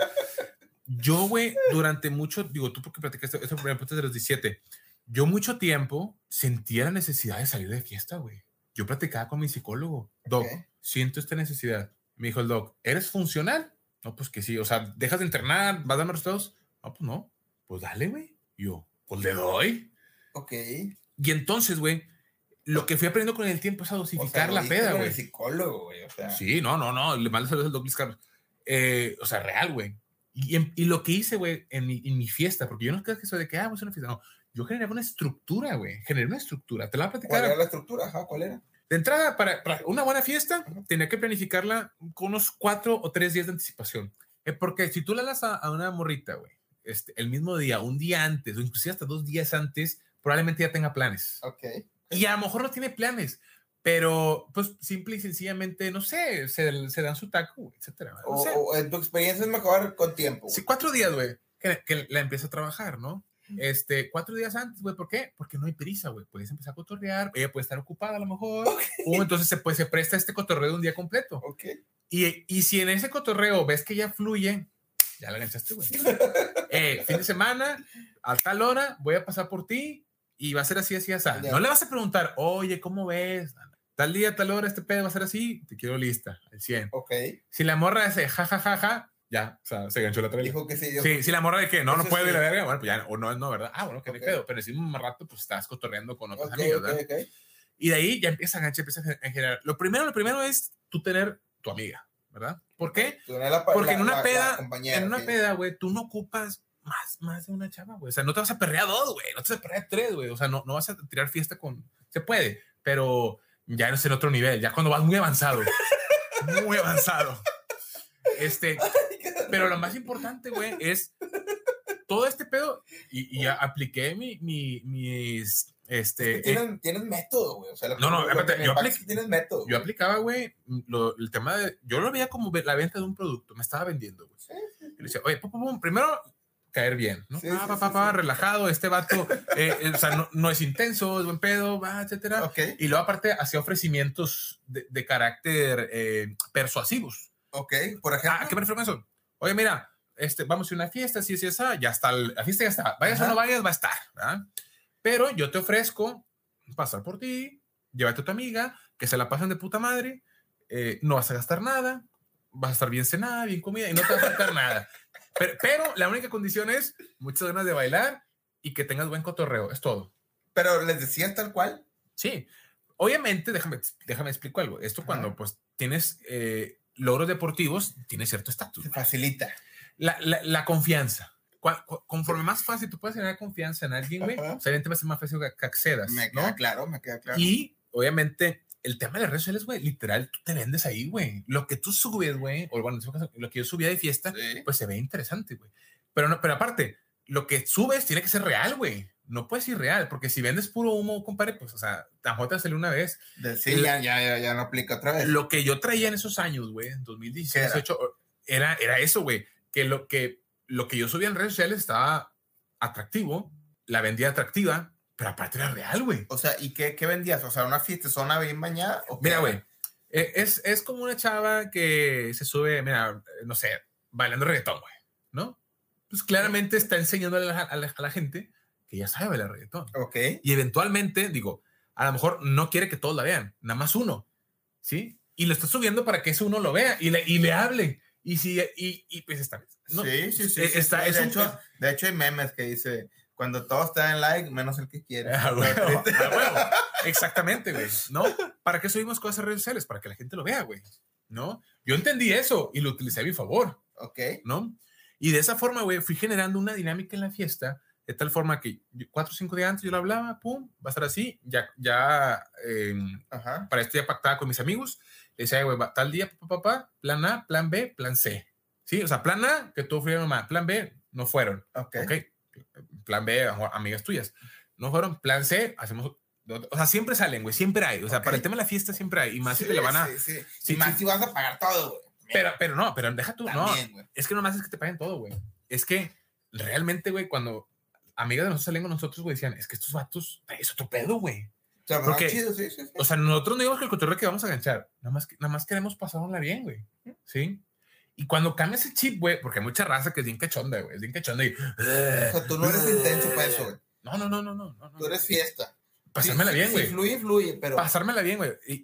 Yo, güey, durante mucho, digo, tú porque platicaste esto por ejemplo, desde los diecisiete, yo mucho tiempo sentía la necesidad de salir de fiesta, güey. Yo platicaba con mi psicólogo. Doc, okay. siento esta necesidad. Me dijo el doc, ¿eres funcional? No, pues que sí. O sea, ¿dejas de entrenar? ¿Vas a darme resultados? No, pues no. Pues dale, güey. Yo, pues le doy. Ok. Y entonces, güey, lo que fui aprendiendo con el tiempo es a dosificar o sea, la peda, güey. El psicólogo, güey. O sea. Sí, no, no, no. Le mando saludos al doc Luis Carlos. Eh, o sea, real, güey. Y, y lo que hice, güey, en mi, en mi fiesta, porque yo no creo que eso de que, ah, vamos a una fiesta. No, yo generé una estructura, güey. Generé una estructura. Te la voy a platicar. ¿Cuál era la estructura? Ajá, ¿cuál era? De entrada, para, para una buena fiesta, uh-huh. tenía que planificarla con unos cuatro o tres días de anticipación. Eh, porque si tú la das a, a una morrita, güey, este, el mismo día, un día antes, o inclusive hasta dos días antes, probablemente ya tenga planes. Ok. Y a lo mejor no tiene planes, pero pues simple y sencillamente, no sé, se, se dan su taco, etcétera. No o, sé. o en tu experiencia es mejor con tiempo. Sí, cuatro días, güey, que, que la empieza a trabajar, ¿no? Este, cuatro días antes, güey, ¿por qué? Porque no hay prisa, güey, puedes empezar a cotorrear, ella puede estar ocupada a lo mejor, okay. o entonces se, pues, se presta este cotorreo de un día completo. Ok. Y, y si en ese cotorreo ves que ya fluye, ya la enganchaste, güey. eh, fin de semana, a tal hora, voy a pasar por ti y va a ser así, así, así. Yeah. No le vas a preguntar, oye, ¿cómo ves? Tal día, tal hora, este pedo va a ser así, te quiero lista, al cien. Ok. Si la morra hace ja, ja, ja, ja, ya, o sea, se ganchó la trailer. Dijo que sí. Yo sí, si la morra de que no, no puedo sí. ir a la verga, bueno, pues ya, o no, no, ¿verdad? Ah, bueno, que okay. no hay pedo, pero si un rato, pues estás cotorreando con otros okay, amigos, okay, ¿verdad? Okay. Y de ahí ya empieza a ganchar, empieza a generar. Lo primero, lo primero es tú tener tu amiga, ¿verdad? ¿Por qué? La, Porque la, en una la, peda, la en una sí. peda, güey, tú no ocupas más, más de una chava, güey. O sea, no te vas a perrear a dos, güey. No te vas a perrear a tres, güey. O sea, no, no vas a tirar fiesta con... Se puede, pero ya no es en otro nivel. Ya cuando vas muy avanzado. Muy avanzado. Este... Pero lo más importante, güey, es todo este pedo. Y, y apliqué mi, mi, mis... Este, es que tienes, eh, tienes método, güey. O sea, no, no, espérate, yo, aplic tienes método, yo aplicaba, güey, el tema de... Yo lo veía como la venta de un producto. Me estaba vendiendo, güey. Sí, sí, sí. Y le decía, oye, pum, pum, pum, primero caer bien, ¿no? Sí, ah, sí, papá, sí, papá, sí. relajado, este vato, eh, eh, o sea, no, no es intenso, es buen pedo, va, etcétera. Okay. Y luego, aparte, hacía ofrecimientos de, de carácter eh, persuasivos. Ok, por ejemplo. Ah, ¿qué me refiero con eso? Oye, mira, este, vamos a una fiesta, si es esa, ya está, la fiesta ya está. Vayas Ajá. o no vayas, va a estar, ¿verdad? Pero yo te ofrezco pasar por ti, llévate a tu amiga, que se la pasen de puta madre, eh, no vas a gastar nada, vas a estar bien cenada, bien comida y no te va a faltar nada. Pero, pero la única condición es muchas ganas de bailar y que tengas buen cotorreo, es todo. Pero les decías tal cual. Sí, obviamente, déjame, déjame explicar algo. Esto Ajá. cuando pues tienes eh, logros deportivos, tienes cierto estatus. Se facilita. La, la, la confianza. Conforme más fácil tú puedes tener confianza en alguien, güey, uh-huh. obviamente va a ser más fácil que accedas. Me queda ¿no? claro, me queda claro. Y, obviamente, el tema de las redes sociales, güey, literal, tú te vendes ahí, güey. Lo que tú subes, güey, o bueno, en este caso, lo que yo subía de fiesta, sí. pues se ve interesante, güey. Pero, no, pero aparte, lo que subes tiene que ser real, güey. No puede ser real, porque si vendes puro humo, compadre, pues, o sea, tampoco te salió una vez. De, sí, la, ya, ya, ya no aplica otra vez. Lo que yo traía en esos años, güey, en dos mil dieciséis, dieciocho, era, era eso, güey, que lo que... Lo que yo subía en redes sociales estaba atractivo, la vendía atractiva, pero aparte era real, güey. O sea, ¿y qué, qué vendías? O sea, ¿una fiestezona bien bañada? ¿O mira, güey, es, es como una chava que se sube, mira, no sé, bailando reggaetón, güey, ¿no? Pues claramente está enseñando a la, a, la, a la gente que ya sabe bailar reggaetón. Ok. Y eventualmente, digo, a lo mejor no quiere que todos la vean, nada más uno, ¿sí? Y lo está subiendo para que ese uno lo vea y le, y le hable. Y sí, y, y pues está. No, sí, sí, sí. Está, sí, es de, un, hecho, de hecho, hay memes que dice: cuando todos te dan like, menos el que quiere. Ah, huevo, ah, huevo. Exactamente, güey. ¿No? ¿Para qué subimos cosas en redes sociales? Para que la gente lo vea, güey. ¿No? Yo entendí eso y lo utilicé a mi favor. Ok. ¿No? Y de esa forma, güey, fui generando una dinámica en la fiesta, de tal forma que cuatro o cinco días antes yo lo hablaba, pum, va a estar así, ya, ya, eh, Ajá. para esto ya pactaba con mis amigos. Le decía, güey, tal día, papá, papá, plan A, plan B, plan C. Sí, o sea, plan A, que tú fueron mamá. Plan B, no fueron. Ok. okay. Plan B, amigas tuyas. No fueron. Plan C, hacemos... O sea, siempre salen, güey. Siempre hay. O sea, okay. para el tema de la fiesta siempre hay. Y más sí, si te la van a... Sí, sí. sí, y más sí. si vas a pagar todo, güey. Pero, pero no, pero deja tú. También, no. Wey. Es que no más es que te paguen todo, güey. Es que realmente, güey, cuando amigas de nosotros salen con nosotros, güey, decían, es que estos vatos, es otro pedo, güey. O sea, Porque, chido, sí, sí, sí. O sea, nosotros no digamos que el cotorreo que vamos a ganchar. Nada más, nada más queremos pasárnosla bien, güey. ¿Sí? Y cuando cambia ese chip, güey, porque hay mucha raza que es bien cachonda, güey. Es bien cachonda y... O sea, tú no eres uh, intenso para eso, güey. No, no, no, no, no, no. Tú eres fiesta. Pasármela sí, bien, güey. Sí, fluye, fluye, pero... Pasármela bien, güey. Y,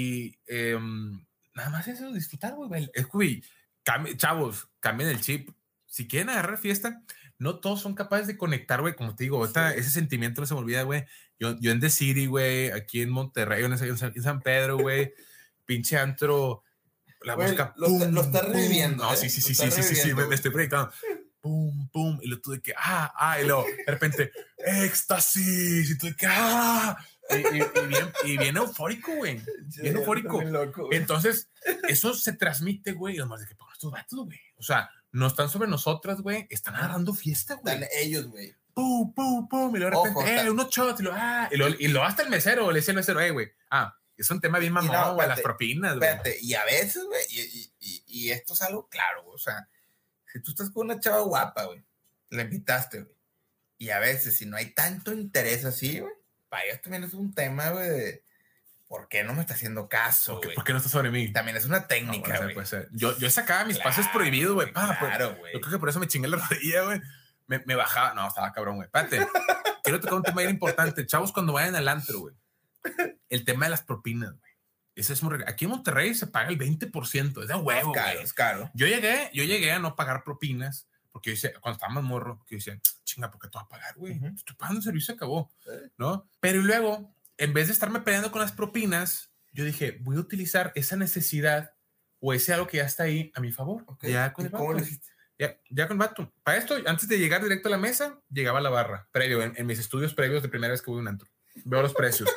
y eh, nada más eso, disfrutar, güey. Es, güey, cambie, chavos, cambien el chip. Si quieren agarrar fiesta, no todos son capaces de conectar, güey. Como te digo, ahorita sí. Ese sentimiento no se me olvida, güey. Yo, yo en The City, güey, aquí en Monterrey, en, en San Pedro, güey, pinche antro, la güey, música. Lo, pum, lo estás reviviendo. No, ¿eh? sí, sí, sí, sí, sí, sí, sí, me, me estoy proyectando. Pum, pum, y lo tuve que, ah, ah, y luego, de repente, éxtasis, y tuve que, ah, y, y, y, bien, y bien eufórico, güey, bien eufórico. Loco, entonces, eso se transmite, güey, y además de que, ¿para estos vatos, güey? O sea, no están sobre nosotras, güey, están agarrando fiesta, güey. Están ellos, güey. Pum, pum, pum, y luego de repente, Ojo, eh, unos shots, y lo, ah, y lo, y lo hasta el mesero, le decía el mesero, eh, güey, ah, es un tema bien mamón, no, güey, las propinas, güey. Espérate, y a veces, güey, y, y, y, y esto es algo claro, güey, o sea, si tú estás con una chava guapa, güey, la invitaste, güey, y a veces, si no hay tanto interés así, güey, para ellos también es un tema, güey, de ¿por qué no me está haciendo caso, güey? ¿Por, ¿Por qué no está sobre mí? También es una técnica, güey. No, bueno, o sea, yo, yo sacaba mis claro, pases prohibidos, güey. Claro, güey. Pues, yo creo que por eso me chingué la rodilla, güey. Me, me bajaba. No, estaba cabrón, güey. Espérate. Quiero tocar un tema bien importante. Chavos, cuando vayan al antro, güey. El tema de las propinas, güey. Eso es muy... Aquí en Monterrey se paga el veinte por ciento. Es de huevo, güey. Es caro, es caro. Yo llegué, yo llegué a no pagar propinas porque yo decía, cuando estaba más morro, que yo decía, chinga, ¿por qué te vas a pagar, güey? Uh-huh. Estoy pagando un servicio y se acabó, ¿Eh? ¿no? Pero luego, en vez de estarme peleando con las propinas, yo dije, voy a utilizar esa necesidad o ese algo que ya está ahí a mi favor. Okay. Ya con el ¿Cómo lo hiciste? Ya, ya con vato. Para esto, antes de llegar directo a la mesa, llegaba a la barra, previo, en, en mis estudios previos de primera vez que voy a un antro. Veo los precios.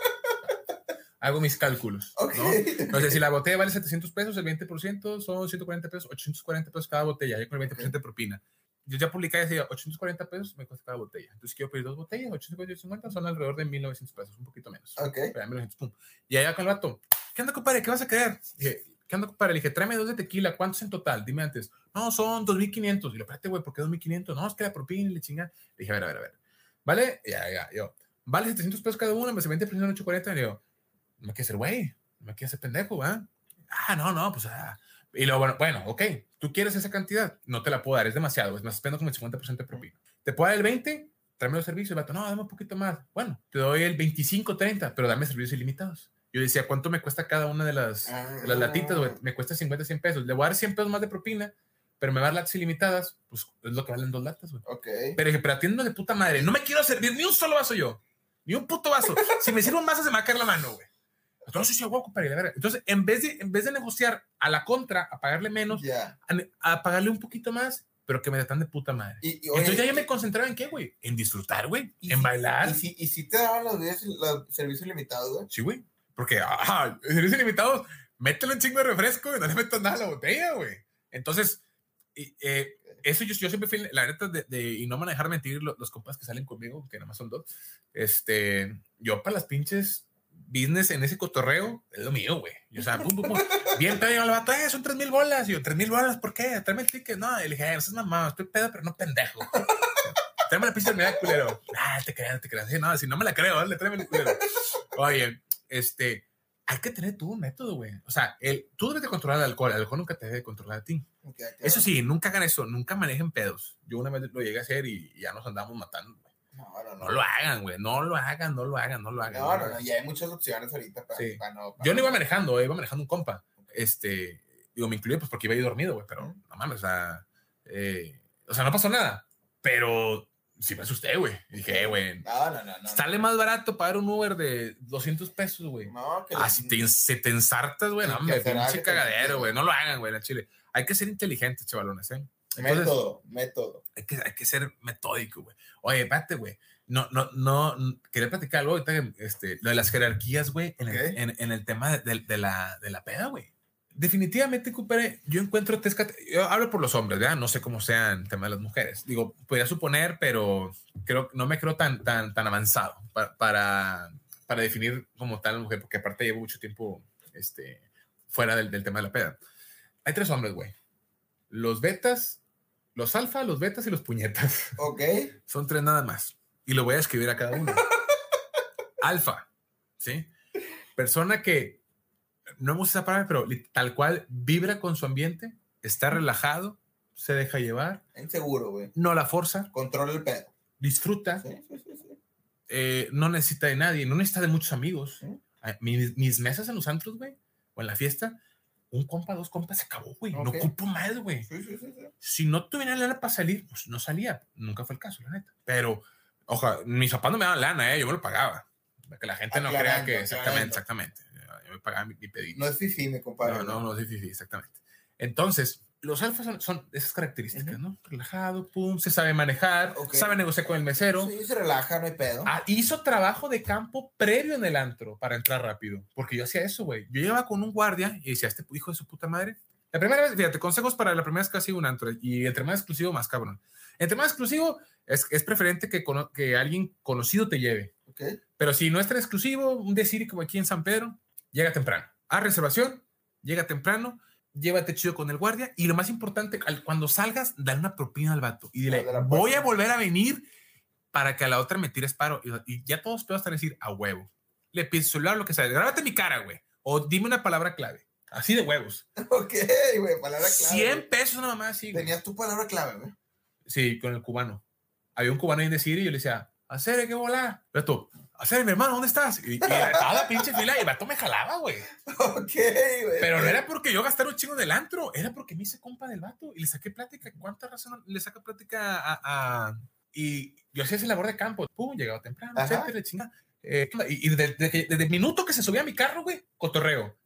Hago mis cálculos. Okay. ¿No? Entonces, si la botella vale setecientos pesos, el veinte por ciento son ciento cuarenta pesos, ochocientos cuarenta pesos cada botella, ya con el veinte por ciento okay. de propina. Yo ya publicé y decía, ochocientos cuarenta pesos me cuesta cada botella. Entonces, quiero pedir dos botellas, ochocientos cuarenta y cincuenta son alrededor de mil novecientos pesos, un poquito menos. Ok. Pero mil novecientos, pum. Y allá con el vato, ¿qué onda, compadre? ¿Qué vas a querer? Dije, ¿qué onda, compadre? Le dije, tráeme dos de tequila. ¿Cuántos en total? Dime antes. No, son dos mil quinientos. Y le espérate, güey, ¿por qué dos mil quinientos? No, es que la propina y le chinga. Le dije, a ver, a ver, a ver. ¿Vale? Ya, ya, yo. Vale setecientos pesos cada uno, me se veinte por ciento en ochocientos cuarenta. Y le digo, no me quieres ser güey, no me quieres ser pendejo, ¿verdad? Ah, no, no, pues, ah. Y luego, bueno, bueno, ok, tú quieres esa cantidad, no te la puedo dar, es demasiado, es más, spendo como el cincuenta por ciento de propina. ¿Te puedo dar el veinte? Tráeme los servicios. El vato, no, dame un poquito más. Bueno, te doy el veinticinco, treinta, pero dame servicios ilimitados. Yo decía, ¿cuánto me cuesta cada una de las, de las latitas? Güey? Me cuesta cincuenta, cien pesos. Le voy a dar cien pesos más de propina, pero me va a dar latas ilimitadas, pues es lo que valen dos latas, güey. Ok. Pero dije, pero atiendo de puta madre, no me quiero servir ni un solo vaso yo, ni un puto vaso. Si me sirve un vaso, se me va a caer la mano, güey. Entonces, sí, guapo, para ir a ver. Entonces, en vez, de, en vez de negociar a la contra, a pagarle menos, yeah. a, a pagarle un poquito más, pero que me tratan de puta madre. Y, y, oye, entonces ya yo me concentraba en qué, güey, en disfrutar, güey, en si, bailar. Y si, y si te daban los, los servicios limitados, güey. Sí, güey, porque, ajá, servicios limitados, mételo un chingo de refresco y no le metas nada a la botella, güey. Entonces, y, eh, eso yo, yo siempre fui, la neta, de, de, y no me van a dejar mentir los, los compas que salen conmigo, que nada más son dos, este, yo para las pinches business en ese cotorreo es lo mío, güey. O sea, pum, pum, pum. Bien pedo, el vato, eh, son tres mil bolas. Y yo, tres mil bolas, ¿por qué? Tráeme el ticket. No, y le dije, no seas mamá, estoy pedo, pero no pendejo. Tráeme la pista del mira, culero. Ah, te creas, te creas. Sí, no, si no me la creo, dale, tráeme el culero. Oye, este, hay que tener tú un método, güey. O sea, el, tú debes de controlar el alcohol. El alcohol nunca te debe controlar a ti. Okay, okay. Eso sí, nunca hagan eso, nunca manejen pedos. Yo una vez lo llegué a hacer y ya nos andamos matando, güey. No, no, no. No lo hagan, güey. No lo hagan, no lo hagan, no lo hagan. No, no, no. Ya hay muchas opciones ahorita para, sí. para no. Para yo no iba manejando, eh, iba manejando un compa. Este, digo, me incluí pues porque iba ahí dormido, güey. Pero no mames, o sea, eh, o sea, no pasó nada. Pero sí me asusté, güey. Dije, güey. No, no, no, no. Sale no. más barato pagar un Uber de doscientos pesos, güey. No, que. Ah, si te, se te ensartas, güey. No, me pinche cagadero, güey. No lo hagan, güey, en Chile. Hay que ser inteligentes, chavalones, ¿eh? Entonces, método, método. Hay que, hay que ser metódico, güey. Oye, espérate, güey. No, no, no. Quería platicar algo ahorita, este, lo de las jerarquías, güey, en, okay. en, en el tema de, de, de, la, de la peda, güey. Definitivamente, Cooper, yo encuentro tres categorías. Yo hablo por los hombres, ¿verdad? No sé cómo sea el tema de las mujeres. Digo, podría suponer, pero creo, no me creo tan, tan, tan avanzado para, para, para definir como tal la mujer, porque aparte llevo mucho tiempo este, fuera del, del tema de la peda. Hay tres hombres, güey. Los betas, los alfa, los betas y los puñetas. Ok. Son tres nada más. Y lo voy a escribir a cada uno. Alfa, ¿sí? Persona que, no hemos esa palabra, pero tal cual vibra con su ambiente, está relajado, se deja llevar. Inseguro, güey. No la forza. Controla el pedo. Disfruta. Sí, sí, sí, sí. Eh, no necesita de nadie, no necesita de muchos amigos. ¿Sí? Mis, mis mesas en los antros, güey, o en la fiesta, un compa, dos compas, se acabó, güey. Okay. No ocupo más, güey. Sí, sí, sí, sí. Si no tuviera lana para salir, pues no salía. Nunca fue el caso, la neta. Pero, ojalá, mis papás no me daban lana, ¿eh? Yo me lo pagaba. Para que la gente aclarando, no crea que... Exactamente, exactamente. Yo me pagaba mi, mi pedito. No es fifi, mi compadre. No, no, no, no es fifi, exactamente. Entonces, los alfas son, son esas características, uh-huh. ¿no? Relajado, pum, se sabe manejar, okay. sabe negociar con el mesero. Sí, se relaja, no hay pedo. Ah, hizo trabajo de campo previo en el antro para entrar rápido. Porque yo hacía eso, güey. Yo llegaba con un guardia y decía, este hijo de su puta madre. La primera vez, fíjate, consejos para la primera vez que ha sido un antro. Y entre más exclusivo, más cabrón. Entre más exclusivo, es, es preferente que, cono- que alguien conocido te lleve. Okay. Pero si no es tan exclusivo, un decir como aquí en San Pedro, llega temprano. Haz reservación, llega temprano, llévate chido con el guardia. Y lo más importante, al, cuando salgas, dale una propina al vato. Y dile, voy a volver a venir para que a la otra me tires paro. Y, y ya todos puedan decir, a huevo. Le pides celular, lo que sea. Grábate mi cara, güey. O dime una palabra clave. Así de huevos. Ok, güey, palabra clave. cien pesos nada más, sí. Güey. Tenías tu palabra clave, güey. Sí, con el cubano. Había un cubano ahí en decir y yo le decía, hacer, ¿qué volá? Pero tú, hacer, mi hermano, ¿dónde estás? Y, y estaba la pinche fila y el vato me jalaba, güey. Ok, güey. Pero no era porque yo gastara un chingo del antro, era porque me hice compa del vato y le saqué plática. ¿Cuánta razón le saca plática a, a... Y yo hacía esa labor de campo. Pum, llegaba temprano, etcétera, chingada. Eh, y y desde, desde, desde el minuto que se subía a mi carro, güey, cotorreo.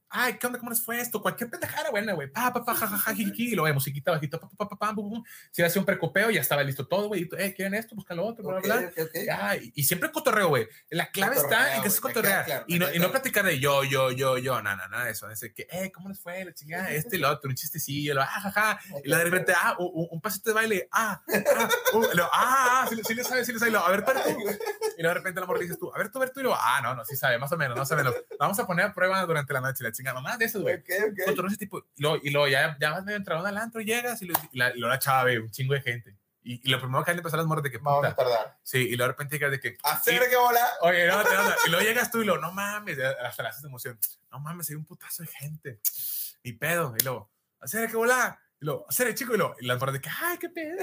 ay, ¿qué onda? ¿Cómo les fue esto? Cualquier pendejada buena, güey. Pa, pa, pa, ja, ja, ja, jiji, y luego, musiquita bajita, pa, pa, pa, pa, pum, pum. Si hacía un precopeo, ya estaba listo todo, güey. Eh, ¿quieren esto? Busca lo otro, bla, okay, bla, okay, okay. Ya, y, y siempre cotorreo, güey. La clave cotorreo, está en que es cotorrear. Claro, y, no, y no platicar de yo, yo, yo, yo, nada, nada, nada de eso. Es de que, eh, ¿cómo les fue? La chingada, este y lo otro, un chistecillo, lo, ah, ja, ja. Y luego de repente, ah, un, un pasito de baile, ah, ah, uh, lo, ah, ah, sí, sí le sabe, sí le sabe. Lo, a ver, tú, tú. Y luego de repente el amor dices tú, a ver, tú, a ver, tú. Y luego, ah, no, no, sí sabe, más o menos, más o menos. Vamos a poner a prueba durante la noche, la chingada. Mamá, de eso, güey. Okay, okay. Otro ese tipo, y luego, y luego ya, ya vas medio entrado al antro, llegas y, lo, y, la, y luego la chava ve un chingo de gente. Y, y lo primero que hay que empezar las morras de que puta. Vamos a tardar. Sí, y luego de repente llegas de que. Hacer que volar. Oye, no, no, no. Y luego llegas tú y luego, no mames, hasta la haces de emoción. No mames, hay un putazo de gente. Ni pedo. Y luego, hacer que volar. Y luego, hacer el chico. Y luego, y las morras de que, ay, qué pedo.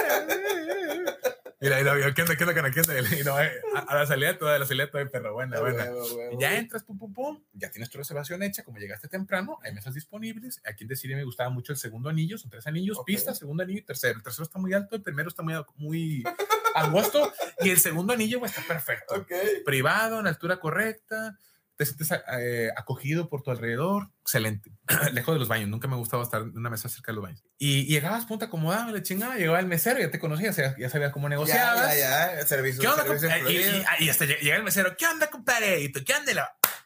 Y la, y la, ¿qué onda, qué onda, qué onda, qué onda? Y no, eh, a, a la salida toda, a la salida toda, perro, buena, buena. Huevo, huevo, y ya entras, pum, pum, pum, ya tienes tu reservación hecha, como llegaste temprano, hay mesas disponibles. Aquí en Decide me gustaba mucho el segundo anillo, son tres anillos, okay. Pista, segundo anillo y tercero. El tercero está muy alto, el primero está muy, muy angosto, y el segundo anillo pues, está perfecto. Okay. Privado, en altura correcta, te sientes eh, acogido por tu alrededor, excelente. Lejos de los baños, nunca me gustaba estar en una mesa cerca de los baños. Y, y llegabas, punta acomodada, le chingaba, llegaba el mesero, ya te conocía, ya sabías cómo negociabas. Ya, ya, ya, el servicio. ¿Qué onda, servicio y, y, y hasta llega el mesero, ¿qué onda, compadre? Y tú, ¿qué onda? Lo,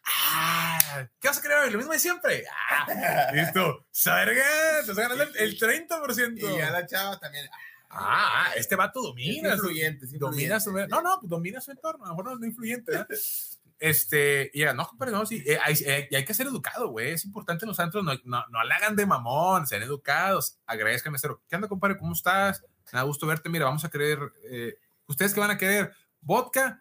ah, ¿qué vas a querer hoy? Lo mismo de siempre. Ah, listo, ¿sabes? Te estás ganando el, el treinta por ciento. Y ya la chava también. Ah, ah este vato domina. Es influyente, es influyente. Domina su, no, no, domina su entorno, a lo mejor no es muy influyente, ¿eh? Este, y ya, no, compadre, no, sí, eh, hay, eh, hay que ser educado, güey, es importante en los antros, no, no, no la hagan de mamón, sean educados, agradezcan al mesero, ¿qué onda, compadre, cómo estás? Me da gusto verte, mira, vamos a querer, eh, ¿ustedes qué van a querer? ¿Vodka?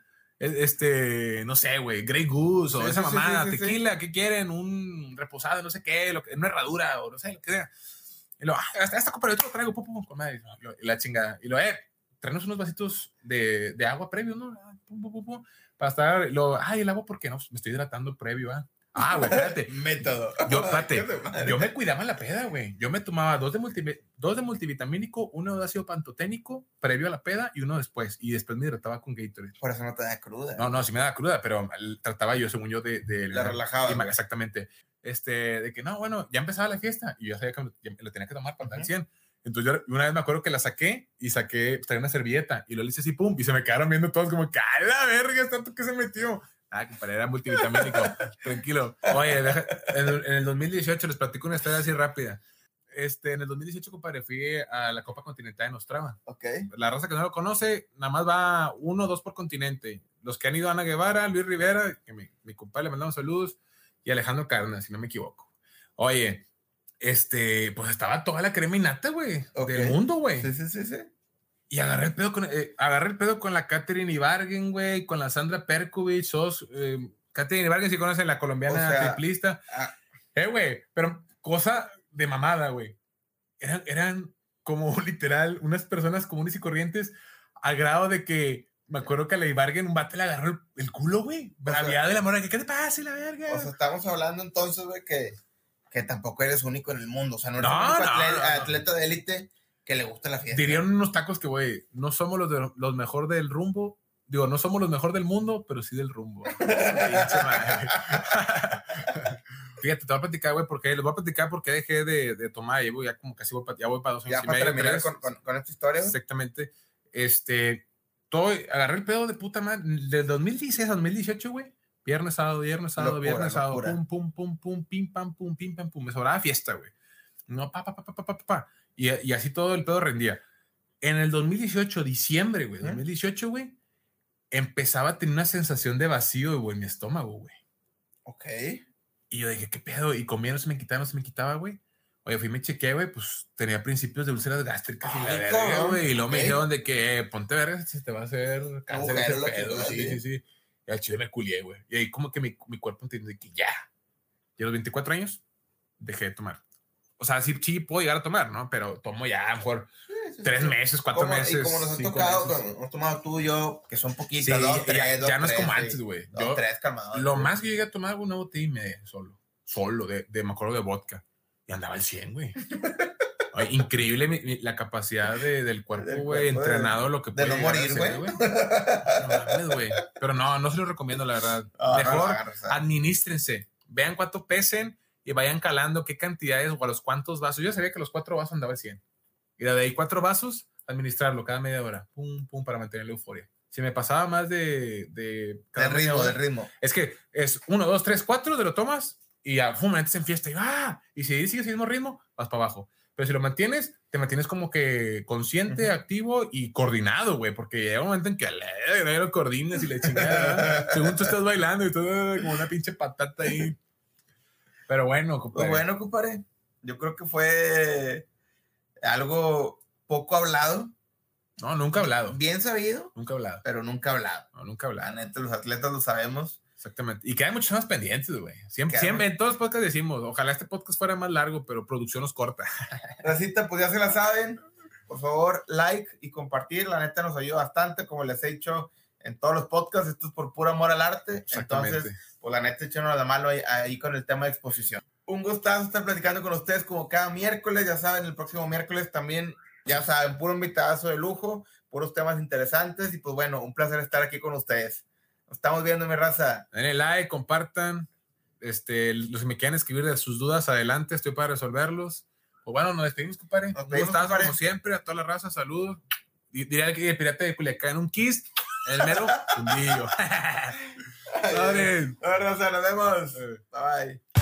Este, no sé, güey, Grey Goose, o sí, esa sí, mamada, sí, sí, tequila, sí. ¿Qué quieren? Un reposado, no sé qué, lo que, una herradura, o no sé, lo que sea. Y lo, ah, hasta esta, compadre, yo te lo traigo, pum, pum, con madre, y la chingada, y lo, eh, traernos unos vasitos de, de agua previo, ¿no? Pum, pum, pum, pum. Para estar, lo, ay, el agua, ¿por qué no? Me estoy hidratando previo, ¿ah? Ah, güey, espérate. Método. Yo, espérate, yo me cuidaba en la peda, güey. Yo me tomaba dos de, multi, dos de multivitamínico, uno de ácido pantoténico previo a la peda y uno después. Y después me hidrataba con Gatorade. Por eso no te da cruda. No, no, sí me daba cruda, pero trataba yo, según yo, de... de la relajaba. Y, exactamente. Este, de que, no, bueno, ya empezaba la fiesta y yo sabía que lo tenía que tomar para dar uh-huh. cien. Entonces yo una vez me acuerdo que la saqué y saqué, traía una servilleta y lo hice así, pum, y se me quedaron viendo todos como, ¡ay, la verga! ¿Tanto que se metió? Ah, compadre, era multivitamínico. Tranquilo. Oye, deja, en, el, en el dos mil dieciocho les platico una historia así rápida. Este, en el dos mil dieciocho, compadre, fui a la Copa Continental en Ostrava. Ok. La raza que no lo conoce, nada más va uno o dos por continente. Los que han ido a Ana Guevara, Luis Rivera, que mi, mi compadre le mandamos saludos, y Alejandro Carnas, si no me equivoco. Oye, este, pues estaba toda la crema y nata, güey, okay. del mundo, güey. Sí, sí, sí, sí. Y agarré el pedo con, eh, agarré el pedo con la Katherine Ibargüen, güey, con la Sandra Perkovic, sos, eh, Katherine Ibargüen, si conocen la colombiana o sea, triplista. Ah, eh, güey, pero cosa de mamada, güey. Eran, eran como literal unas personas comunes y corrientes al grado de que me acuerdo que a la Ibargüen un bate le agarró el, el culo, güey. Braviada de la mora, que ¿qué te pasa, la verga? O sea, estamos hablando entonces, güey, que, que tampoco eres único en el mundo. O sea, no eres no, un único no, atleta, no, no. atleta de élite que le gusta la fiesta. Dirían unos tacos que, güey, no somos los, de, los mejor del rumbo. Digo, no somos los mejor del mundo, pero sí del rumbo. Fíjate, te voy a platicar, güey, porque les voy a platicar porque dejé de, de tomar. Llevo ya como casi voy para, ya voy para dos años ya y para medio. terminar con, con, con esta historia. Exactamente. Este, todo, agarré el pedo de puta madre. Del dos mil dieciséis a dos mil dieciocho, güey. Viernes, sábado, viernes, sábado, locura, viernes, sábado. Locura. Pum, pum, pum, pum, pim, pam, pum, pim, pam, pum. Me sobraba fiesta, güey. No, pa, pa, pa, pa, pa, pa, pa. Y, y así todo el pedo rendía. En el dos mil dieciocho, diciembre, güey, ¿Eh? dos mil dieciocho, güey, empezaba a tener una sensación de vacío, güey, en mi estómago, güey. Ok. Y yo dije, ¿qué pedo? Y comía, no se me quitaba, no se me quitaba, güey. Oye, fui y me chequeé, güey, pues tenía principios de úlceras gástricas y la verga, güey. Y luego okay. me dijeron de que ponte verga, se te va a hacer cáncer ese pedo. Sí, sí, sí. Y al chile me culié, güey. Y ahí como que mi, mi cuerpo entiende que ya. Y a los veinticuatro años dejé de tomar. O sea, sí, sí puedo llegar a tomar, ¿no? Pero tomo ya a lo mejor sí, sí, tres sí. meses, cuatro como, meses. Y como nos han tocado, con, hemos tomado tú y yo, que son poquitos, sí, dos, tres, ya, dos, ya no tres, es como sí. antes, güey. Dos, tres, calmado. Lo sí. más que llegué a tomar una botella y media solo. Solo, de, de, me acuerdo de vodka. Y andaba al cien, güey. Ay, increíble mi, mi, la capacidad de, del cuerpo, güey, entrenado, de, lo que puede de no morir, güey. No, Pero no, no se lo recomiendo, la verdad. Oh, Mejor no, no, no, administrense. Vean cuánto pesen. y vayan calando qué cantidades o a los cuántos vasos. Yo sabía que los cuatro vasos andaba al cien. Y de ahí cuatro vasos, administrarlo cada media hora. Pum, pum, para mantener la euforia. Si me pasaba más de... De, de ritmo, hora, de ritmo. Es que es uno, dos, tres, cuatro, te lo tomas y ya, pum, metes en fiesta y va. Y si sigues el mismo ritmo, vas para abajo. Pero si lo mantienes, te mantienes como que consciente, uh-huh. activo y coordinado, güey. Porque llega un momento en que le lo coordinas y le chingas. Según tú estás bailando y todo como una pinche patata ahí. Pero bueno, compadre. Pues bueno, compadre. Yo creo que fue algo poco hablado. No, nunca hablado. Bien sabido. Nunca hablado. Pero nunca hablado. No, nunca hablado. La neta, los atletas lo sabemos. Exactamente. Y quedan muchos más pendientes, güey. Siempre, siempre en todos los podcasts decimos, ojalá este podcast fuera más largo, pero producción nos corta. Racita, pues ya se la saben. Por favor, like y compartir. La neta nos ayuda bastante, como les he dicho en todos los podcasts. Esto es por puro amor al arte. Entonces, pues la neta, échenos la mano ahí, ahí con el tema de exposición. Un gustazo estar platicando con ustedes como cada miércoles. Ya saben, el próximo miércoles también, ya saben, puro invitadazo de lujo, puros temas interesantes. Y pues bueno, un placer estar aquí con ustedes. Nos estamos viendo, mi raza. Denle like, compartan. Este, los que me quieran escribir de sus dudas, adelante, estoy para resolverlos. Pues bueno, nos despedimos, compadre. Nos despedimos, compadre. Como siempre, a toda la raza, saludos. Diría que el pirata de Culiacán, un kiss, el mero fundillo. Nos vemos. Bye.